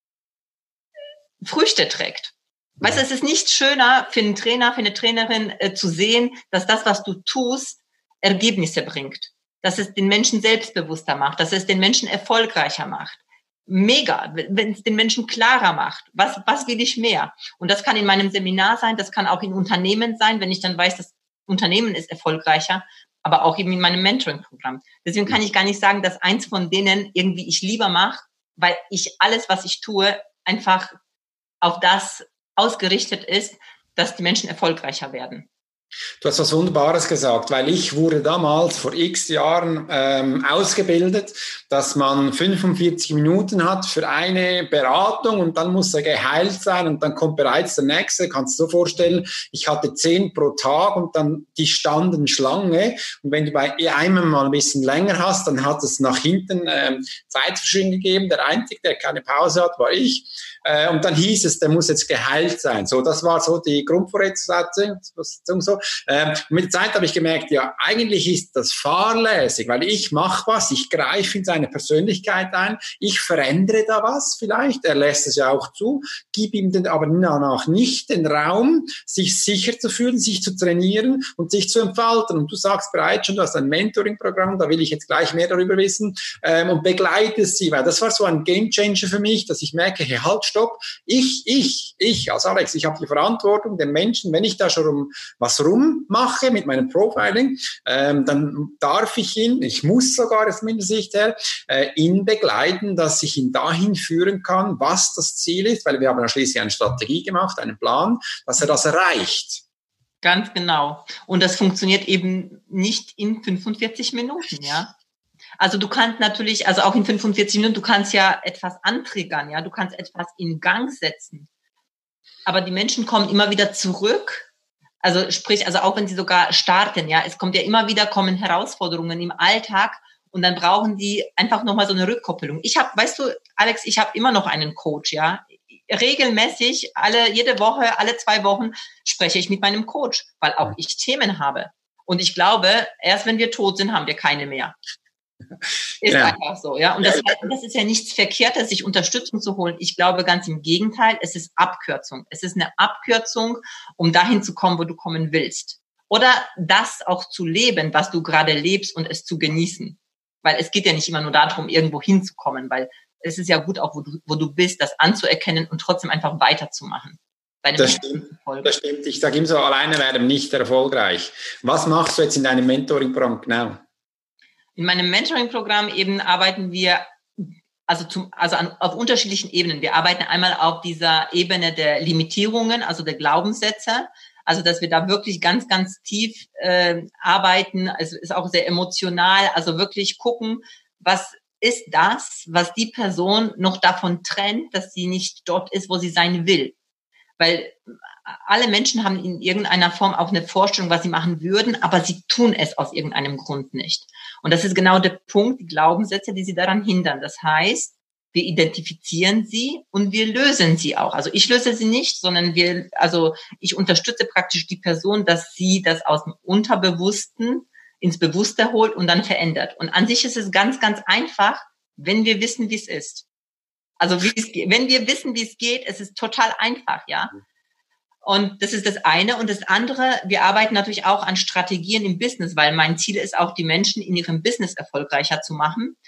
Früchte trägt. Weißt du, es ist nicht schöner für einen Trainer, für eine Trainerin äh, zu sehen, dass das, was du tust, Ergebnisse bringt. Dass es den Menschen selbstbewusster macht, dass es den Menschen erfolgreicher macht. Mega, wenn es den Menschen klarer macht. Was, was will ich mehr? Und das kann in meinem Seminar sein, das kann auch in Unternehmen sein, wenn ich dann weiß, das Unternehmen ist erfolgreicher, aber auch eben in meinem Mentoring-Programm. Deswegen kann ich gar nicht sagen, dass eins von denen irgendwie ich lieber mache, weil ich alles, was ich tue, einfach auf das ausgerichtet ist, dass die Menschen erfolgreicher werden. Du hast was Wunderbares gesagt, weil ich wurde damals vor x Jahren ähm, ausgebildet, dass man fünfundvierzig Minuten hat für eine Beratung und dann muss er geheilt sein und dann kommt bereits der nächste. Kannst du dir so vorstellen, ich hatte zehn pro Tag und dann die standen Schlange und wenn du bei einem mal ein bisschen länger hast, dann hat es nach hinten ähm, Zeitverschiebung gegeben. Der Einzige, der keine Pause hat, war ich. Äh, und dann hieß es, der muss jetzt geheilt sein. So, das war so die Grundvoraussetzung. So. Ähm, mit der Zeit habe ich gemerkt, ja, eigentlich ist das fahrlässig, weil ich mache was, ich greife in seine Persönlichkeit ein, ich verändere da was vielleicht, er lässt es ja auch zu, gib ihm den, aber danach nicht den Raum, sich sicher zu fühlen, sich zu trainieren und sich zu entfalten. Und du sagst bereits schon, du hast ein Mentoring-Programm, da will ich jetzt gleich mehr darüber wissen, ähm, und begleitest sie, weil das war so ein Gamechanger für mich, dass ich merke, hey, halt, stopp, ich, ich, ich als Alex, ich habe die Verantwortung, den Menschen, wenn ich da schon um was rum mache mit meinem Profiling, ähm, dann darf ich ihn, ich muss sogar aus meiner Sicht her, äh, ihn begleiten, dass ich ihn dahin führen kann, was das Ziel ist, weil wir haben ja schließlich eine Strategie gemacht, einen Plan, dass er das erreicht. Ganz genau. Und das funktioniert eben nicht in fünfundvierzig Minuten, ja. Also du kannst natürlich, also auch in fünfundvierzig Minuten, du kannst ja etwas antriggern, ja, du kannst etwas in Gang setzen. Aber die Menschen kommen immer wieder zurück. Also sprich, also auch wenn sie sogar starten, ja, es kommt ja immer wieder, kommen Herausforderungen im Alltag und dann brauchen die einfach nochmal so eine Rückkoppelung. Ich habe, weißt du, Alex, ich habe immer noch einen Coach, ja. Regelmäßig, alle, jede Woche, alle zwei Wochen spreche ich mit meinem Coach, weil auch ich Themen habe. Und ich glaube, erst wenn wir tot sind, haben wir keine mehr. Ist ja einfach so, ja. Und das, das ist ja nichts Verkehrtes, sich Unterstützung zu holen. Ich glaube ganz im Gegenteil, es ist Abkürzung. Es ist eine Abkürzung, um dahin zu kommen, wo du kommen willst. Oder das auch zu leben, was du gerade lebst und es zu genießen. Weil es geht ja nicht immer nur darum, irgendwo hinzukommen, weil es ist ja gut auch, wo du, wo du bist, das anzuerkennen und trotzdem einfach weiterzumachen. Das stimmt, das stimmt. Ich sage immer so, alleine werden nicht erfolgreich. Was machst du jetzt in deinem Mentoring-Programm genau? In meinem Mentoring-Programm eben arbeiten wir also, zum, also an, auf unterschiedlichen Ebenen. Wir arbeiten einmal auf dieser Ebene der Limitierungen, also der Glaubenssätze, also dass wir da wirklich ganz, ganz tief äh, arbeiten. Es ist auch sehr emotional, also wirklich gucken, was ist das, was die Person noch davon trennt, dass sie nicht dort ist, wo sie sein will. Weil alle Menschen haben in irgendeiner Form auch eine Vorstellung, was sie machen würden, aber sie tun es aus irgendeinem Grund nicht. Und das ist genau der Punkt, die Glaubenssätze, die sie daran hindern. Das heißt, wir identifizieren sie und wir lösen sie auch. Also ich löse sie nicht, sondern wir, also ich unterstütze praktisch die Person, dass sie das aus dem Unterbewussten ins Bewusste holt und dann verändert. Und an sich ist es ganz, ganz einfach, wenn wir wissen, wie es ist. Also wie es, wenn wir wissen, wie es geht, es ist total einfach, ja. Und das ist das eine. Und das andere, wir arbeiten natürlich auch an Strategien im Business, weil mein Ziel ist auch, die Menschen in ihrem Business erfolgreicher zu machen.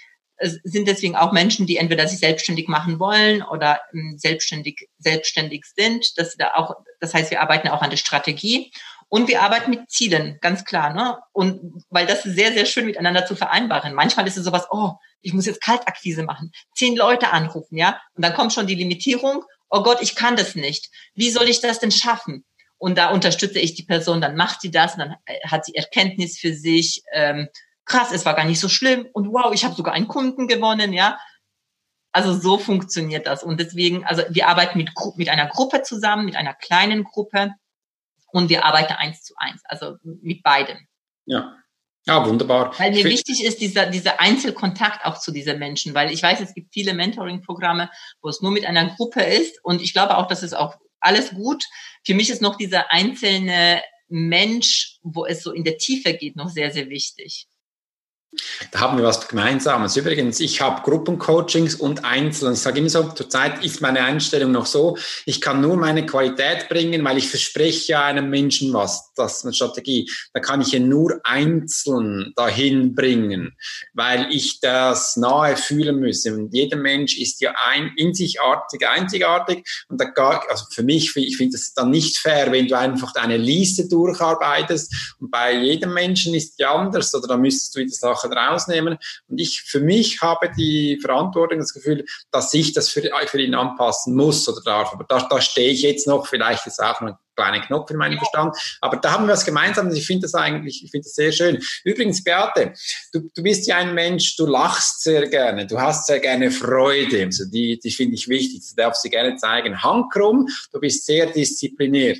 es sind deswegen auch Menschen, die entweder sich selbstständig machen wollen oder ähm, selbstständig, selbstständig sind. Das, da auch, das heißt, wir arbeiten auch an der Strategie und wir arbeiten mit Zielen, ganz klar. Ne? Und weil das ist sehr, sehr schön miteinander zu vereinbaren. Manchmal ist es sowas, oh, ich muss jetzt Kaltakquise machen, zehn Leute anrufen, ja. Und dann kommt schon die Limitierung, oh Gott, ich kann das nicht. Wie soll ich das denn schaffen? Und da unterstütze ich die Person, dann macht sie das und dann hat sie Erkenntnis für sich, ähm, krass, es war gar nicht so schlimm und wow, ich habe sogar einen Kunden gewonnen, ja. Also so funktioniert das und deswegen, also wir arbeiten mit, mit einer Gruppe zusammen, mit einer kleinen Gruppe und wir arbeiten eins zu eins, also mit beiden. Ja, ja, wunderbar. Weil mir wichtig ist dieser, dieser Einzelkontakt auch zu diesen Menschen, weil ich weiß, es gibt viele Mentoring-Programme, wo es nur mit einer Gruppe ist und ich glaube auch, das ist auch alles gut. Für mich ist noch dieser einzelne Mensch, wo es so in der Tiefe geht, noch sehr, sehr wichtig. Da haben wir was Gemeinsames. Übrigens, ich habe Gruppencoachings und Einzel. Ich sage immer so, zurzeit ist meine Einstellung noch so, ich kann nur meine Qualität bringen, weil ich verspreche ja einem Menschen was. Das ist eine Strategie. Da kann ich ihn nur einzeln dahin bringen, weil ich das nahe fühlen muss. Und jeder Mensch ist ja ein, in sich artig, einzigartig. Und da gar, also für mich, ich finde das dann nicht fair, wenn du einfach eine Liste durcharbeitest und bei jedem Menschen ist die anders oder da müsstest du wieder Sachen rausnehmen. Und ich, für mich habe die Verantwortung, das Gefühl, dass ich das für, für ihn anpassen muss oder darf. Aber da, da stehe ich jetzt noch, vielleicht ist auch noch ein kleiner Knopf in meinem Verstand. Aber da haben wir was gemeinsam. Ich finde das eigentlich, ich finde das sehr schön. Übrigens, Beate, du, du bist ja ein Mensch, du lachst sehr gerne, du hast sehr gerne Freude. Also die, die finde ich wichtig, das darfst du gerne zeigen. Handkrumm, du bist sehr diszipliniert.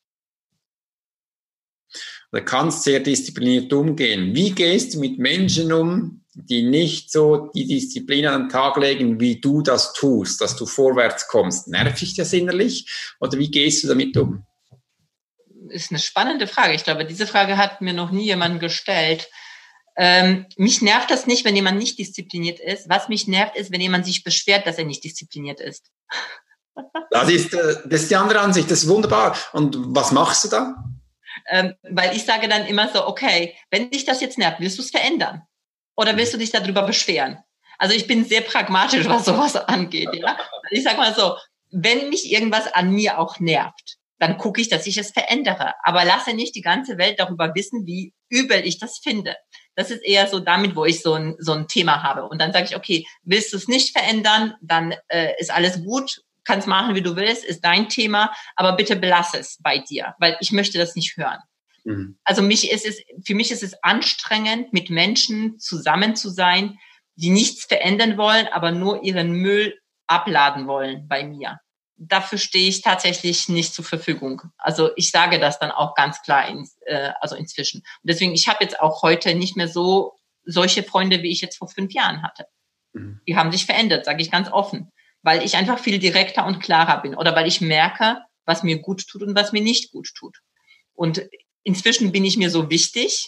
Du kannst sehr diszipliniert umgehen. Wie gehst du mit Menschen um, die nicht so die Disziplin an den Tag legen, wie du das tust, dass du vorwärts kommst? Nervt dich das innerlich oder wie gehst du damit um? Ist eine spannende Frage. Ich glaube, diese Frage hat mir noch nie jemand gestellt. Ähm, mich nervt das nicht, wenn jemand nicht diszipliniert ist. Was mich nervt, ist, wenn jemand sich beschwert, dass er nicht diszipliniert ist. Das ist, das ist die andere Ansicht. Das ist wunderbar. Und was machst du da? Ähm, weil ich sage dann immer so, okay, wenn dich das jetzt nervt, willst du es verändern? Oder willst du dich darüber beschweren? Also ich bin sehr pragmatisch, was sowas angeht. Ja? Ich sage mal so, wenn mich irgendwas an mir auch nervt, dann gucke ich, dass ich es verändere. Aber lasse nicht die ganze Welt darüber wissen, wie übel ich das finde. Das ist eher so damit, wo ich so ein, so ein Thema habe. Und dann sage ich, okay, willst du es nicht verändern, dann äh, ist alles gut. Kannst machen, wie du willst, ist dein Thema, aber bitte belass es bei dir, weil ich möchte das nicht hören. Mhm. Also mich ist es, für mich ist es anstrengend, mit Menschen zusammen zu sein, die nichts verändern wollen, aber nur ihren Müll abladen wollen bei mir. Dafür stehe ich tatsächlich nicht zur Verfügung. Also ich sage das dann auch ganz klar, ins, äh, also inzwischen. Und deswegen, ich habe jetzt auch heute nicht mehr so solche Freunde, wie ich jetzt vor fünf Jahren hatte. Mhm. Die haben sich verändert, sage ich ganz offen. Weil ich einfach viel direkter und klarer bin oder weil ich merke, was mir gut tut und was mir nicht gut tut. Und inzwischen bin ich mir so wichtig,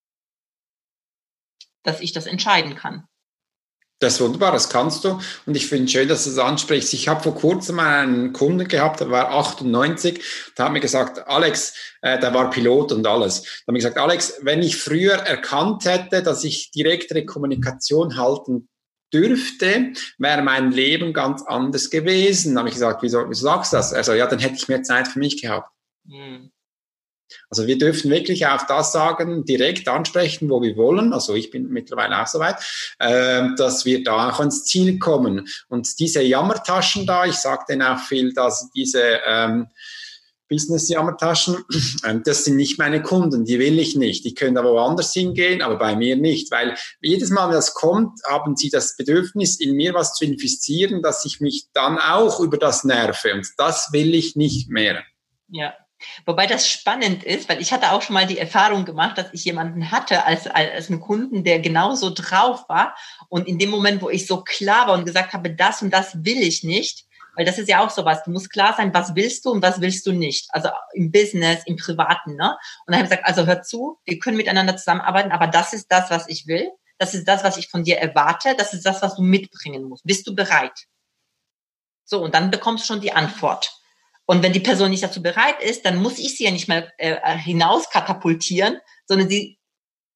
dass ich das entscheiden kann. Das ist wunderbar, das kannst du. Und ich finde es schön, dass du es ansprichst. Ich habe vor kurzem einen Kunden gehabt, der war achtundneunzig, der hat mir gesagt, Alex, äh, der war Pilot und alles. Der hat mir gesagt, Alex, wenn ich früher erkannt hätte, dass ich direktere Kommunikation halten dürfte, wäre mein Leben ganz anders gewesen. Da habe ich gesagt, wieso, wieso sagst du das? Also ja, dann hätte ich mehr Zeit für mich gehabt. Mhm. Also wir dürfen wirklich auch das sagen, direkt ansprechen, wo wir wollen. Also ich bin mittlerweile auch so weit, äh, dass wir da auch ans Ziel kommen. Und diese Jammertaschen da, ich sage denen auch viel, dass diese ähm, Business-Jammertaschen, das sind nicht meine Kunden, die will ich nicht. Die können da woanders hingehen, aber bei mir nicht, weil jedes Mal, wenn das kommt, haben sie das Bedürfnis, in mir was zu infizieren, dass ich mich dann auch über das nerve und das will ich nicht mehr. Ja. Wobei das spannend ist, weil ich hatte auch schon mal die Erfahrung gemacht, dass ich jemanden hatte als, als einen Kunden, der genauso drauf war und in dem Moment, wo ich so klar war und gesagt habe, das und das will ich nicht, weil das ist ja auch sowas, du musst klar sein, was willst du und was willst du nicht. Also im Business, im Privaten, ne? Und dann habe ich gesagt, also hör zu, wir können miteinander zusammenarbeiten, aber das ist das, was ich will. Das ist das, was ich von dir erwarte. Das ist das, was du mitbringen musst. Bist du bereit? So, und dann bekommst du schon die Antwort. Und wenn die Person nicht dazu bereit ist, dann muss ich sie ja nicht mal äh, hinaus katapultieren, sondern sie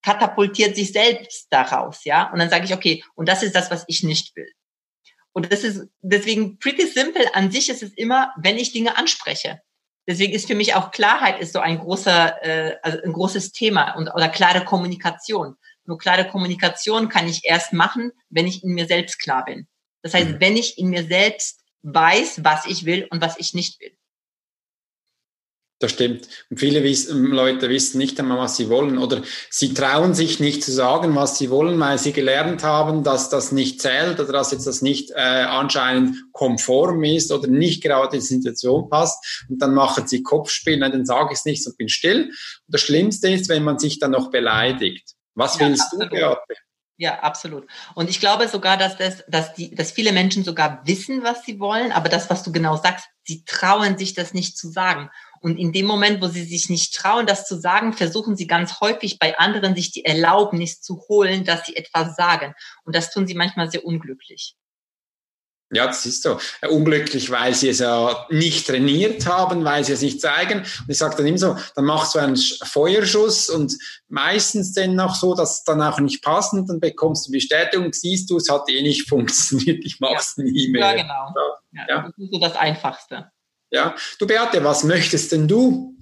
katapultiert sich selbst daraus, ja. Und dann sage ich, okay, und das ist das, was ich nicht will. Und das ist deswegen pretty simple. An sich ist es immer, wenn ich Dinge anspreche. Deswegen ist für mich auch Klarheit ist so ein großer, äh, also ein großes Thema und oder klare Kommunikation. Nur klare Kommunikation kann ich erst machen, wenn ich in mir selbst klar bin. Das heißt, mhm. wenn ich in mir selbst weiß, was ich will und was ich nicht will. Das stimmt. Und viele wissen, Leute wissen nicht einmal, was sie wollen, oder sie trauen sich nicht zu sagen, was sie wollen, weil sie gelernt haben, dass das nicht zählt oder dass jetzt das nicht äh, anscheinend konform ist oder nicht gerade in die Situation passt. Und dann machen sie Kopfspiel, nein, dann sage ich es nicht und bin still. Und das Schlimmste ist, wenn man sich dann noch beleidigt. Was ja, willst absolut. du, Beate? Ja, absolut. Und ich glaube sogar, dass das, dass die, dass viele Menschen sogar wissen, was sie wollen, aber das, was du genau sagst, sie trauen sich das nicht zu sagen. Und in dem Moment, wo sie sich nicht trauen, das zu sagen, versuchen sie ganz häufig bei anderen, sich die Erlaubnis zu holen, dass sie etwas sagen. Und das tun sie manchmal sehr unglücklich. Ja, das ist so. Unglücklich, weil sie es ja nicht trainiert haben, weil sie es nicht zeigen. Und ich sage dann immer so, dann machst du einen Feuerschuss und meistens dann noch so, dass es dann auch nicht passt und dann bekommst du Bestätigung, siehst du, es hat eh nicht funktioniert, ich mach's ja. nie mehr. Ja, genau. Ja, ja. Das ist so das Einfachste. Ja. Du, Beate, was möchtest denn du?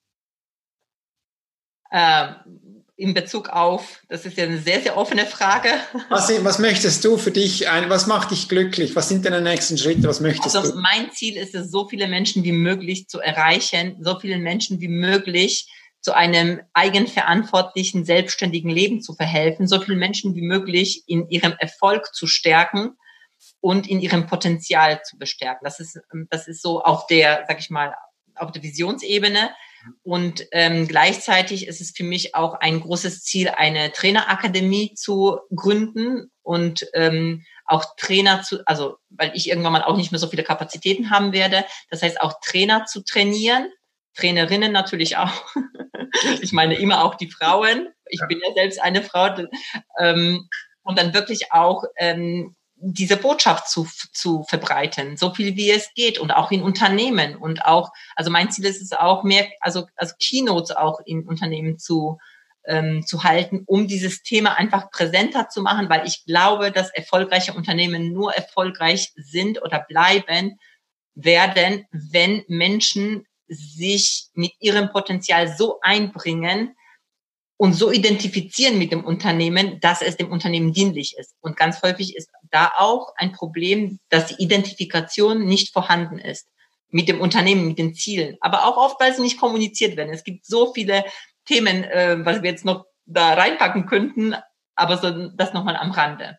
Ähm, in Bezug auf, das ist ja eine sehr, sehr offene Frage. Was, was möchtest du für dich, ein, was macht dich glücklich? Was sind deine nächsten Schritte? Was möchtest also du? Mein Ziel ist es, so viele Menschen wie möglich zu erreichen, so vielen Menschen wie möglich zu einem eigenverantwortlichen, selbstständigen Leben zu verhelfen, so vielen Menschen wie möglich in ihrem Erfolg zu stärken und in ihrem Potenzial zu bestärken. Das ist, das ist so auf der, sag ich mal, auf der Visionsebene. Und ähm, gleichzeitig ist es für mich auch ein großes Ziel, eine Trainerakademie zu gründen und ähm, auch Trainer zu, also weil ich irgendwann mal auch nicht mehr so viele Kapazitäten haben werde. Das heißt auch Trainer zu trainieren, Trainerinnen natürlich auch. Ich meine immer auch die Frauen. Ich bin ja selbst eine Frau. Ähm, und dann wirklich auch ähm, diese Botschaft zu, zu verbreiten, so viel wie es geht und auch in Unternehmen und auch, also mein Ziel ist es auch mehr, also, also Keynotes auch in Unternehmen zu, ähm, zu halten, um dieses Thema einfach präsenter zu machen, weil ich glaube, dass erfolgreiche Unternehmen nur erfolgreich sind oder bleiben werden, wenn Menschen sich mit ihrem Potenzial so einbringen, und so identifizieren mit dem Unternehmen, dass es dem Unternehmen dienlich ist. Und ganz häufig ist da auch ein Problem, dass die Identifikation nicht vorhanden ist mit dem Unternehmen, mit den Zielen. Aber auch oft, weil sie nicht kommuniziert werden. Es gibt so viele Themen, äh, was wir jetzt noch da reinpacken könnten, aber so das nochmal am Rande.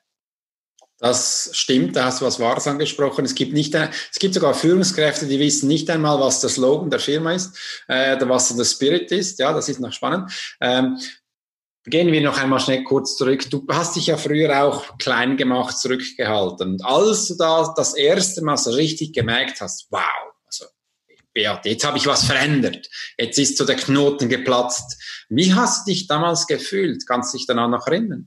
Das stimmt, da hast du was Wahres angesprochen. Es gibt nicht, es gibt sogar Führungskräfte, die wissen nicht einmal, was der Slogan der Firma ist, äh, oder was der Spirit ist. Ja, das ist noch spannend. Ähm, gehen wir noch einmal schnell kurz zurück. Du hast dich ja früher auch klein gemacht, zurückgehalten. Und als du da das erste Mal so richtig gemerkt hast, wow, also Beate, jetzt habe ich was verändert. Jetzt ist so der Knoten geplatzt. Wie hast du dich damals gefühlt? Kannst du dich daran noch erinnern?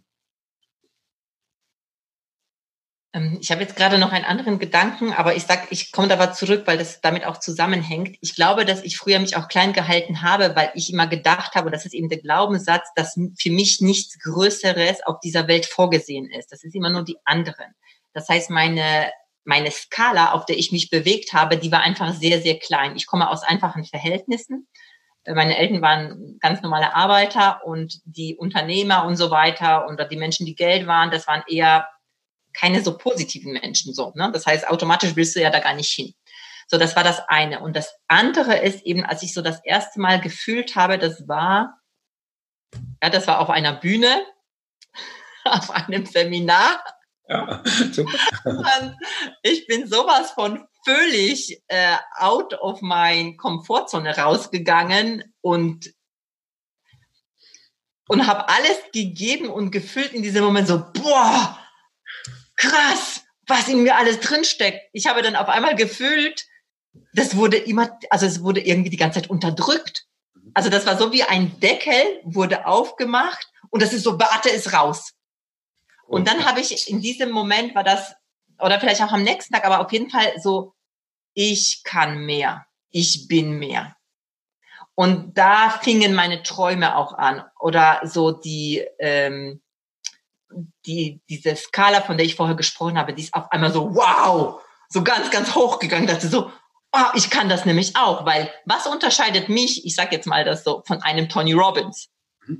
Ich habe jetzt gerade noch einen anderen Gedanken, aber ich sag, ich komme da aber zurück, weil das damit auch zusammenhängt. Ich glaube, dass ich früher mich auch klein gehalten habe, weil ich immer gedacht habe, und das ist eben der Glaubenssatz, dass für mich nichts Größeres auf dieser Welt vorgesehen ist. Das ist immer nur die anderen. Das heißt, meine, meine Skala, auf der ich mich bewegt habe, die war einfach sehr, sehr klein. Ich komme aus einfachen Verhältnissen. Meine Eltern waren ganz normale Arbeiter und die Unternehmer und so weiter oder die Menschen, die Geld waren, das waren eher keine so positiven Menschen, so, ne? Das heißt, automatisch willst du ja da gar nicht hin. So, das war das eine. Und das andere ist eben, als ich so das erste Mal gefühlt habe, das war, ja, das war auf einer Bühne, auf einem Seminar. Ja, super. Und ich bin sowas von völlig äh, out of my Komfortzone rausgegangen und und habe alles gegeben und gefühlt in diesem Moment so, boah, krass, was in mir alles drinsteckt. Ich habe dann auf einmal gefühlt, das wurde immer, also es wurde irgendwie die ganze Zeit unterdrückt. Also das war so wie ein Deckel, wurde aufgemacht und das ist so, Beate ist raus. Und dann habe ich in diesem Moment war das, oder vielleicht auch am nächsten Tag, aber auf jeden Fall so, ich kann mehr, ich bin mehr. Und da fingen meine Träume auch an. Oder so die, ähm, die, diese Skala, von der ich vorher gesprochen habe, die ist auf einmal so, wow, so ganz, ganz hoch gegangen. Dachte so, oh, ich kann das nämlich auch. Weil was unterscheidet mich, ich sage jetzt mal das so, von einem Tony Robbins?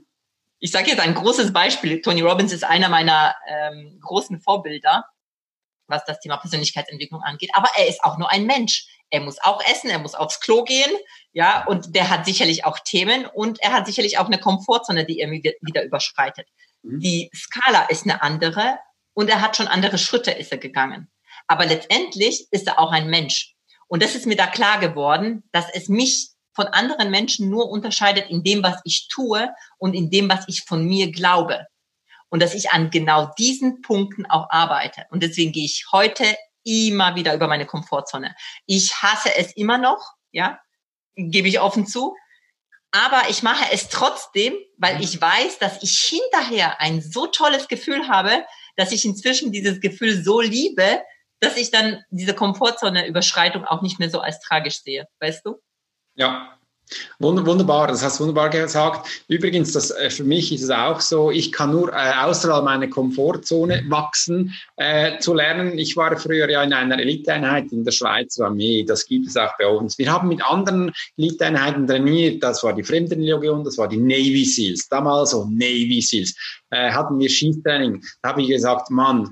Ich sage jetzt ein großes Beispiel. Tony Robbins ist einer meiner ähm, großen Vorbilder, was das Thema Persönlichkeitsentwicklung angeht. Aber er ist auch nur ein Mensch. Er muss auch essen, er muss aufs Klo gehen, ja, und der hat sicherlich auch Themen und er hat sicherlich auch eine Komfortzone, die er wieder überschreitet. Mhm. Die Skala ist eine andere und er hat schon andere Schritte, ist er gegangen. Aber letztendlich ist er auch ein Mensch. Und das ist mir da klar geworden, dass es mich von anderen Menschen nur unterscheidet in dem, was ich tue und in dem, was ich von mir glaube. Und dass ich an genau diesen Punkten auch arbeite. Und deswegen gehe ich heute immer wieder über meine Komfortzone. Ich hasse es immer noch, ja, gebe ich offen zu. Aber ich mache es trotzdem, weil ich weiß, dass ich hinterher ein so tolles Gefühl habe, dass ich inzwischen dieses Gefühl so liebe, dass ich dann diese Komfortzone-Überschreitung auch nicht mehr so als tragisch sehe. Weißt du? Ja. Wunderbar, das hast du wunderbar gesagt. Übrigens, das, für mich ist es auch so, ich kann nur äh, außerhalb meiner Komfortzone wachsen, äh, zu lernen. Ich war früher ja in einer Eliteeinheit in der Schweizer Armee, das gibt es auch bei uns. Wir haben mit anderen Eliteeinheiten trainiert, das war die Fremdenlegion, das war die Navy Seals, damals so Navy Seals, äh, hatten wir Schießtraining. Da habe ich gesagt, Mann,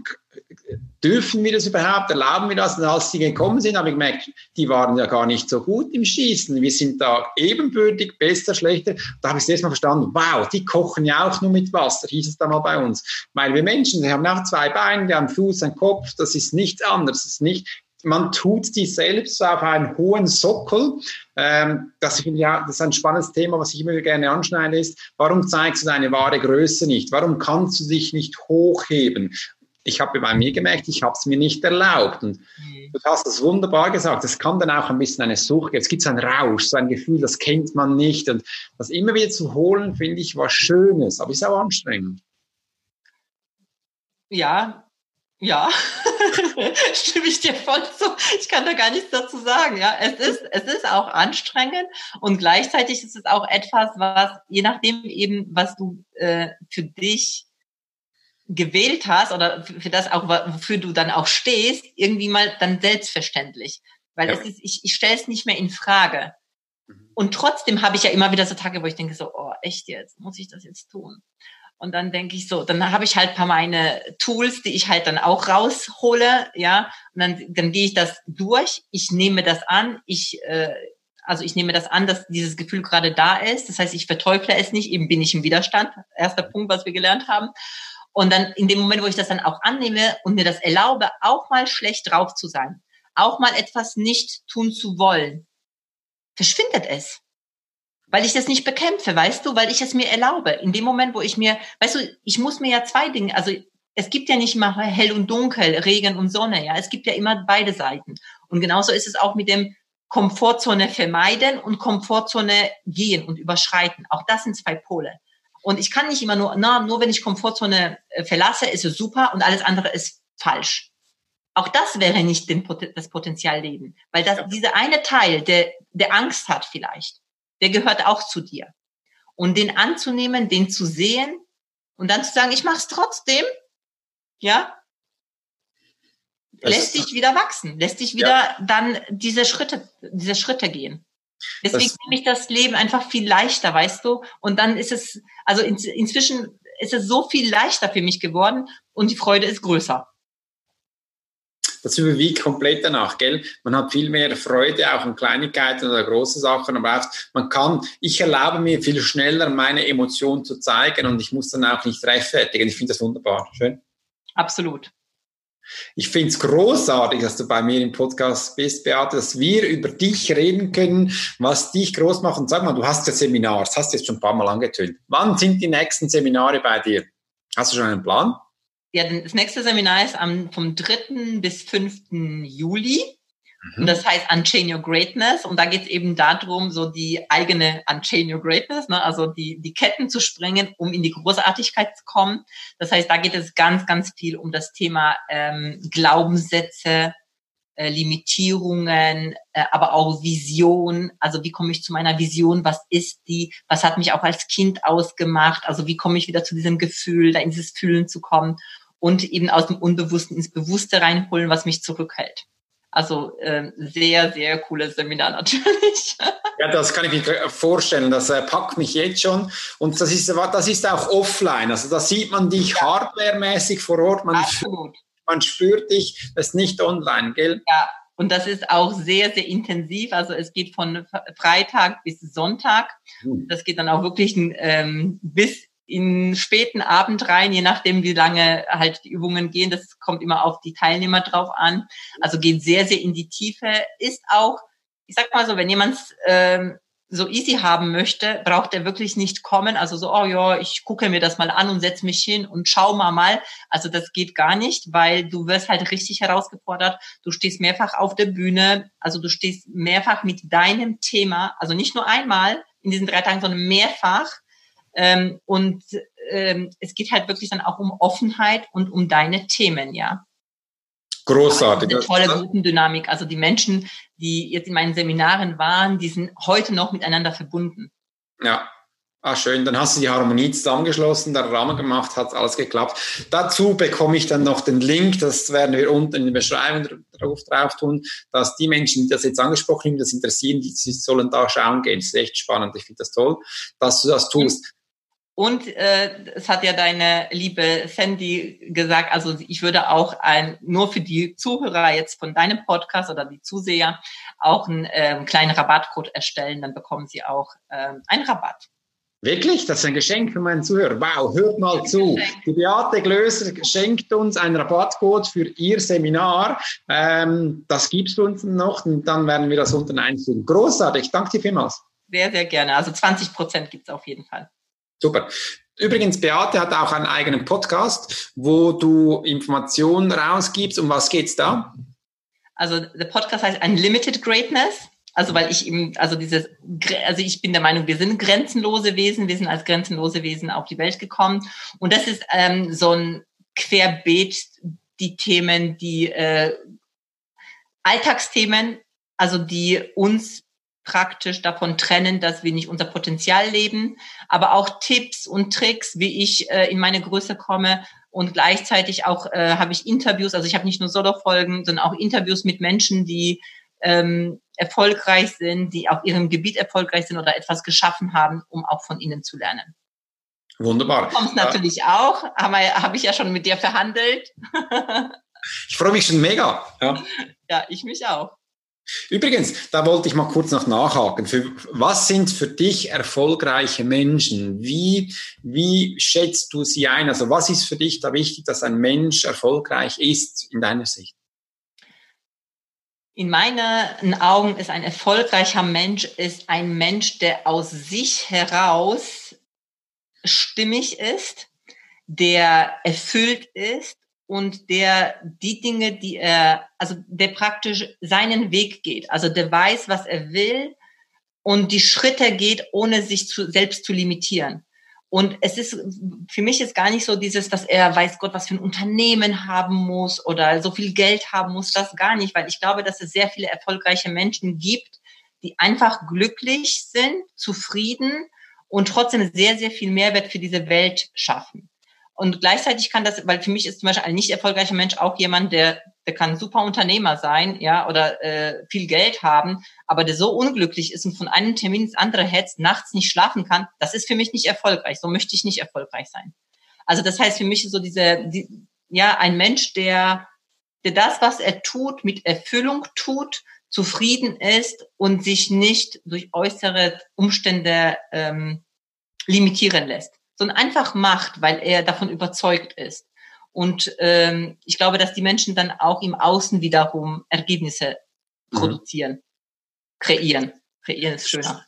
dürfen wir das überhaupt, erlauben wir das? Und als die gekommen sind, habe ich gemerkt, die waren ja gar nicht so gut im Schießen. Wir sind da ebenbürtig, besser, schlechter. Da habe ich es erst mal verstanden, wow, die kochen ja auch nur mit Wasser, hieß es da mal bei uns. Weil wir Menschen, die haben auch zwei Beine, die haben Fuß, einen Kopf, das ist nichts anderes. Das ist nicht, man tut die selbst auf einen hohen Sockel. Ähm, das, finde ich, das ist ein spannendes Thema, was ich immer gerne anschneide, ist, warum zeigst du deine wahre Größe nicht? Warum kannst du dich nicht hochheben? Ich habe bei mir gemerkt, ich habe es mir nicht erlaubt. Und mhm. du hast das wunderbar gesagt. Es kann dann auch ein bisschen eine Sucht geben. Es gibt so einen Rausch, so ein Gefühl, das kennt man nicht. Und das immer wieder zu holen, finde ich, was Schönes. Aber ist auch anstrengend. Ja, ja. Stimme ich dir voll zu. Ich kann da gar nichts dazu sagen. Ja, es ist, es ist auch anstrengend. Und gleichzeitig ist es auch etwas, was, je nachdem eben, was du äh, für dich gewählt hast oder für das auch, wofür du dann auch stehst, irgendwie mal dann selbstverständlich. Weil ja. es ist, ich, ich stelle es nicht mehr in Frage. Mhm. Und trotzdem habe ich ja immer wieder so Tage, wo ich denke so, oh, echt jetzt? Muss ich das jetzt tun? Und dann denke ich so, dann habe ich halt ein paar meine Tools, die ich halt dann auch raushole, ja. Und dann, dann gehe ich das durch, ich nehme das an, ich, äh, also ich nehme das an, dass dieses Gefühl gerade da ist. Das heißt, ich verteufle es nicht, eben bin ich im Widerstand. Erster Punkt, was wir gelernt haben. Und dann in dem Moment, wo ich das dann auch annehme und mir das erlaube, auch mal schlecht drauf zu sein, auch mal etwas nicht tun zu wollen, verschwindet es. Weil ich das nicht bekämpfe, weißt du, weil ich es mir erlaube. In dem Moment, wo ich mir, weißt du, ich muss mir ja zwei Dinge, also es gibt ja nicht immer hell und dunkel, Regen und Sonne, ja, es gibt ja immer beide Seiten. Und genauso ist es auch mit dem Komfortzone vermeiden und Komfortzone gehen und überschreiten. Auch das sind zwei Pole. Und ich kann nicht immer nur, na, nur wenn ich Komfortzone äh, verlasse, ist es super und alles andere ist falsch. Auch das wäre nicht den, das Potenzialleben. Weil das, ja. dieser eine Teil, der, der Angst hat vielleicht, der gehört auch zu dir. Und den anzunehmen, den zu sehen und dann zu sagen, ich mache es trotzdem, ja, das lässt dich wieder wachsen, lässt dich wieder ja. dann diese Schritte, diese Schritte gehen. Deswegen finde ich das Leben einfach viel leichter, weißt du? Und dann ist es, also in, inzwischen ist es so viel leichter für mich geworden und die Freude ist größer. Das überwiegt komplett danach, gell? Man hat viel mehr Freude auch an Kleinigkeiten oder große Sachen, aber auch, man kann, ich erlaube mir viel schneller meine Emotionen zu zeigen und ich muss dann auch nicht rechtfertigen. Ich finde das wunderbar. Schön. Absolut. Ich finde es großartig, dass du bei mir im Podcast bist, Beate, dass wir über dich reden können, was dich groß macht. Und sag mal, du hast ja Seminare, das hast du jetzt schon ein paar Mal angetönt. Wann sind die nächsten Seminare bei dir? Hast du schon einen Plan? Ja, das nächste Seminar ist am, vom dritten bis fünften Juli. Mhm. Und das heißt Unchain Your Greatness. Und da geht es eben darum, so die eigene Unchain Your Greatness, ne? Also die, die Ketten zu sprengen, um in die Großartigkeit zu kommen. Das heißt, da geht es ganz, ganz viel um das Thema ähm, Glaubenssätze, äh, Limitierungen, äh, aber auch Vision. Also wie komme ich zu meiner Vision? Was ist die? Was hat mich auch als Kind ausgemacht? Also wie komme ich wieder zu diesem Gefühl, da in dieses Fühlen zu kommen und eben aus dem Unbewussten ins Bewusste reinholen, was mich zurückhält. Also äh, sehr, sehr cooles Seminar natürlich. Ja, das kann ich mir vorstellen. Das äh, packt mich jetzt schon. Und das ist, das ist auch offline. Also da sieht man dich ja hardwaremäßig vor Ort. Man, Absolut. Man spürt dich. Das ist nicht online, gell? Ja, und das ist auch sehr, sehr intensiv. Also es geht von Freitag bis Sonntag. Hm. Das geht dann auch wirklich ähm, bis in späten Abend rein, je nachdem, wie lange halt die Übungen gehen. Das kommt immer auf die Teilnehmer drauf an. Also geht sehr, sehr in die Tiefe. Ist auch, ich sag mal so, wenn jemand ähm, so easy haben möchte, braucht er wirklich nicht kommen. Also so, oh ja, ich gucke mir das mal an und setze mich hin und schau mal mal. Also das geht gar nicht, weil du wirst halt richtig herausgefordert. Du stehst mehrfach auf der Bühne. Also du stehst mehrfach mit deinem Thema. Also nicht nur einmal in diesen drei Tagen, sondern mehrfach. Ähm, und ähm, es geht halt wirklich dann auch um Offenheit und um deine Themen, ja. Großartig. Eine tolle Gruppendynamik. Also die Menschen, die jetzt in meinen Seminaren waren, die sind heute noch miteinander verbunden. Ja, ah, schön. Dann hast du die Harmonie zusammengeschlossen, der Rahmen gemacht, hat alles geklappt. Dazu bekomme ich dann noch den Link, das werden wir unten in der Beschreibung drauf, drauf tun, dass die Menschen, die das jetzt angesprochen haben, das interessieren, die, die sollen da schauen gehen. Das ist echt spannend. Ich finde das toll, dass du das tust. Und äh, es hat ja deine liebe Sandy gesagt, also ich würde auch ein, nur für die Zuhörer jetzt von deinem Podcast oder die Zuseher auch einen ähm, kleinen Rabattcode erstellen, dann bekommen sie auch ähm, einen Rabatt. Wirklich? Das ist ein Geschenk für meinen Zuhörer. Wow, hört mal zu. Die Beate Glöser schenkt uns einen Rabattcode für ihr Seminar. Ähm, das gibst du uns noch und dann werden wir das unten einfügen. Großartig, danke dir vielmals. Sehr, sehr gerne. Also zwanzig Prozent gibt es auf jeden Fall. Super. Übrigens, Beate hat auch einen eigenen Podcast, wo du Informationen rausgibst. Um was geht's da? Also der Podcast heißt Unlimited Greatness. Also weil ich eben, also dieses, also ich bin der Meinung, wir sind grenzenlose Wesen, wir sind als grenzenlose Wesen auf die Welt gekommen. Und das ist ähm, so ein Querbeet, die Themen, die äh, Alltagsthemen, also die uns praktisch davon trennen, dass wir nicht unser Potenzial leben, aber auch Tipps und Tricks, wie ich äh, in meine Größe komme und gleichzeitig auch äh, habe ich Interviews, also ich habe nicht nur Solo-Folgen, sondern auch Interviews mit Menschen, die ähm, erfolgreich sind, die auf ihrem Gebiet erfolgreich sind oder etwas geschaffen haben, um auch von ihnen zu lernen. Wunderbar. Du kommst natürlich ja auch, habe hab ich ja schon mit dir verhandelt. Ich freue mich schon mega. Ja, ja, ich mich auch. Übrigens, da wollte ich mal kurz noch nachhaken. Für, was sind für dich erfolgreiche Menschen? Wie, wie schätzt du sie ein? Also was ist für dich da wichtig, dass ein Mensch erfolgreich ist in deiner Sicht? In meinen Augen ist ein erfolgreicher Mensch ist ein Mensch, der aus sich heraus stimmig ist, der erfüllt ist und der die Dinge, die er, also der praktisch seinen Weg geht, also der weiß, was er will und die Schritte geht, ohne sich zu, selbst zu limitieren. Und es ist, für mich ist gar nicht so dieses, dass er weiß Gott, was für ein Unternehmen haben muss oder so viel Geld haben muss, das gar nicht, weil ich glaube, dass es sehr viele erfolgreiche Menschen gibt, die einfach glücklich sind, zufrieden und trotzdem sehr, sehr viel Mehrwert für diese Welt schaffen. Und gleichzeitig kann das, weil für mich ist zum Beispiel ein nicht erfolgreicher Mensch auch jemand, der, der kann super Unternehmer sein, ja, oder äh, viel Geld haben, aber der so unglücklich ist und von einem Termin ins andere hetzt, nachts nicht schlafen kann, das ist für mich nicht erfolgreich. So möchte ich nicht erfolgreich sein. Also das heißt für mich ist so diese, die, ja, ein Mensch, der, der das, was er tut, mit Erfüllung tut, zufrieden ist und sich nicht durch äußere Umstände ähm, limitieren lässt, sondern einfach macht, weil er davon überzeugt ist. Und ähm, ich glaube, dass die Menschen dann auch im Außen wiederum Ergebnisse produzieren, mhm. kreieren. Kreieren ist schöner.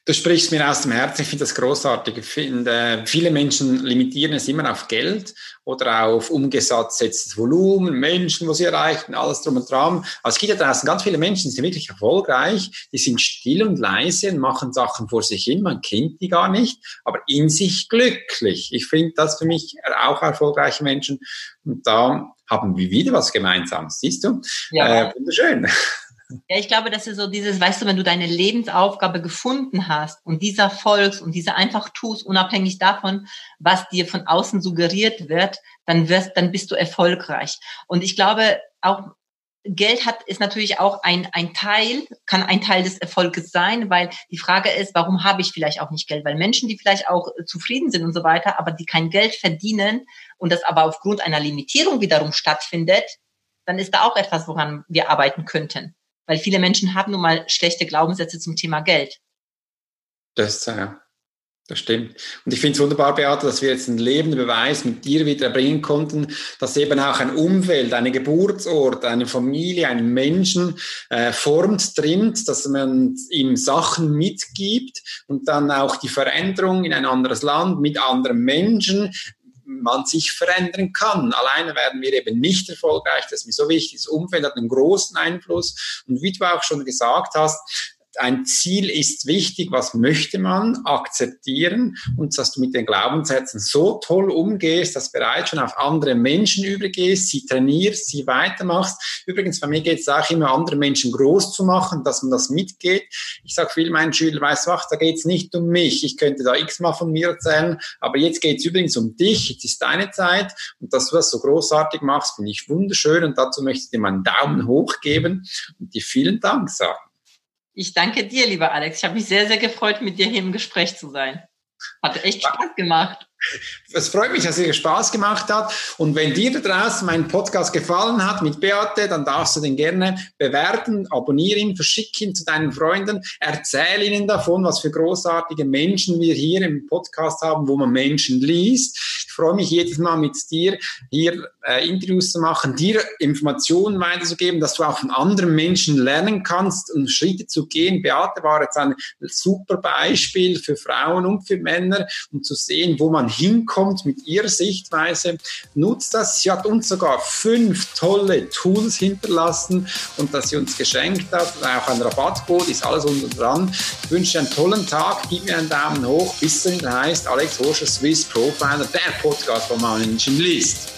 Du sprichst mir aus dem Herzen, ich finde das großartig. Ich finde, viele Menschen limitieren es immer auf Geld oder auf umgesetztes Volumen, Menschen, wo sie erreichen, alles drum und dran. Also es gibt ja draußen ganz viele Menschen, die sind wirklich erfolgreich, die sind still und leise und machen Sachen vor sich hin, man kennt die gar nicht, aber in sich glücklich. Ich finde das für mich auch erfolgreiche Menschen und da haben wir wieder was Gemeinsames, siehst du? Ja. Äh, wunderschön. Ja, ich glaube, das ist so dieses, weißt du, wenn du deine Lebensaufgabe gefunden hast und dieser folgst und diese einfach tust, unabhängig davon, was dir von außen suggeriert wird, dann wirst, dann bist du erfolgreich. Und ich glaube, auch Geld hat, ist natürlich auch ein, ein Teil, kann ein Teil des Erfolges sein, weil die Frage ist, warum habe ich vielleicht auch nicht Geld? Weil Menschen, die vielleicht auch zufrieden sind und so weiter, aber die kein Geld verdienen und das aber aufgrund einer Limitierung wiederum stattfindet, dann ist da auch etwas, woran wir arbeiten könnten. Weil viele Menschen haben nun mal schlechte Glaubenssätze zum Thema Geld. Das, ja, das stimmt. Und ich finde es wunderbar, Beate, dass wir jetzt einen lebenden Beweis mit dir wieder erbringen konnten, dass eben auch ein Umfeld, eine Geburtsort, eine Familie, einen Menschen äh, formt, trimmt, dass man ihm Sachen mitgibt und dann auch die Veränderung in ein anderes Land mit anderen Menschen man sich verändern kann. Alleine werden wir eben nicht erfolgreich. Das ist mir so wichtig. Das Umfeld hat einen großen Einfluss. Und wie du auch schon gesagt hast, ein Ziel ist wichtig, was möchte man akzeptieren und dass du mit den Glaubenssätzen so toll umgehst, dass du bereits schon auf andere Menschen übergehst, sie trainierst, sie weitermachst. Übrigens, bei mir geht es auch immer, andere Menschen groß zu machen, dass man das mitgeht. Ich sage vielen meinen Schülern, weißt du was, da geht es nicht um mich. Ich könnte da x-mal von mir erzählen, aber jetzt geht es übrigens um dich, jetzt ist deine Zeit und dass du das so großartig machst, finde ich wunderschön und dazu möchte ich dir mal einen Daumen hoch geben und dir vielen Dank sagen. Ich danke dir, lieber Alex. Ich habe mich sehr, sehr gefreut, mit dir hier im Gespräch zu sein. Hat echt Spaß gemacht. Es freut mich, dass es dir Spaß gemacht hat. Und wenn dir da draußen mein Podcast gefallen hat mit Beate, dann darfst du den gerne bewerten, abonniere ihn, verschick ihn zu deinen Freunden, erzähl ihnen davon, was für großartige Menschen wir hier im Podcast haben, wo man Menschen liest. Ich freue mich jedes Mal mit dir hier äh, Interviews zu machen, dir Informationen weiterzugeben, dass du auch von anderen Menschen lernen kannst und Schritte zu gehen. Beate war jetzt ein super Beispiel für Frauen und für Männer, um zu sehen, wo man hinkommt mit ihrer Sichtweise. Nutzt das. Sie hat uns sogar fünf tolle Tools hinterlassen und dass sie uns geschenkt hat. Auch ein Rabattcode ist alles unten dran. Ich wünsche dir einen tollen Tag. Gib mir einen Daumen hoch. Bis dahin heißt Alex Horschel, Swiss Profiler, der Podcast, wo man Menschen liest.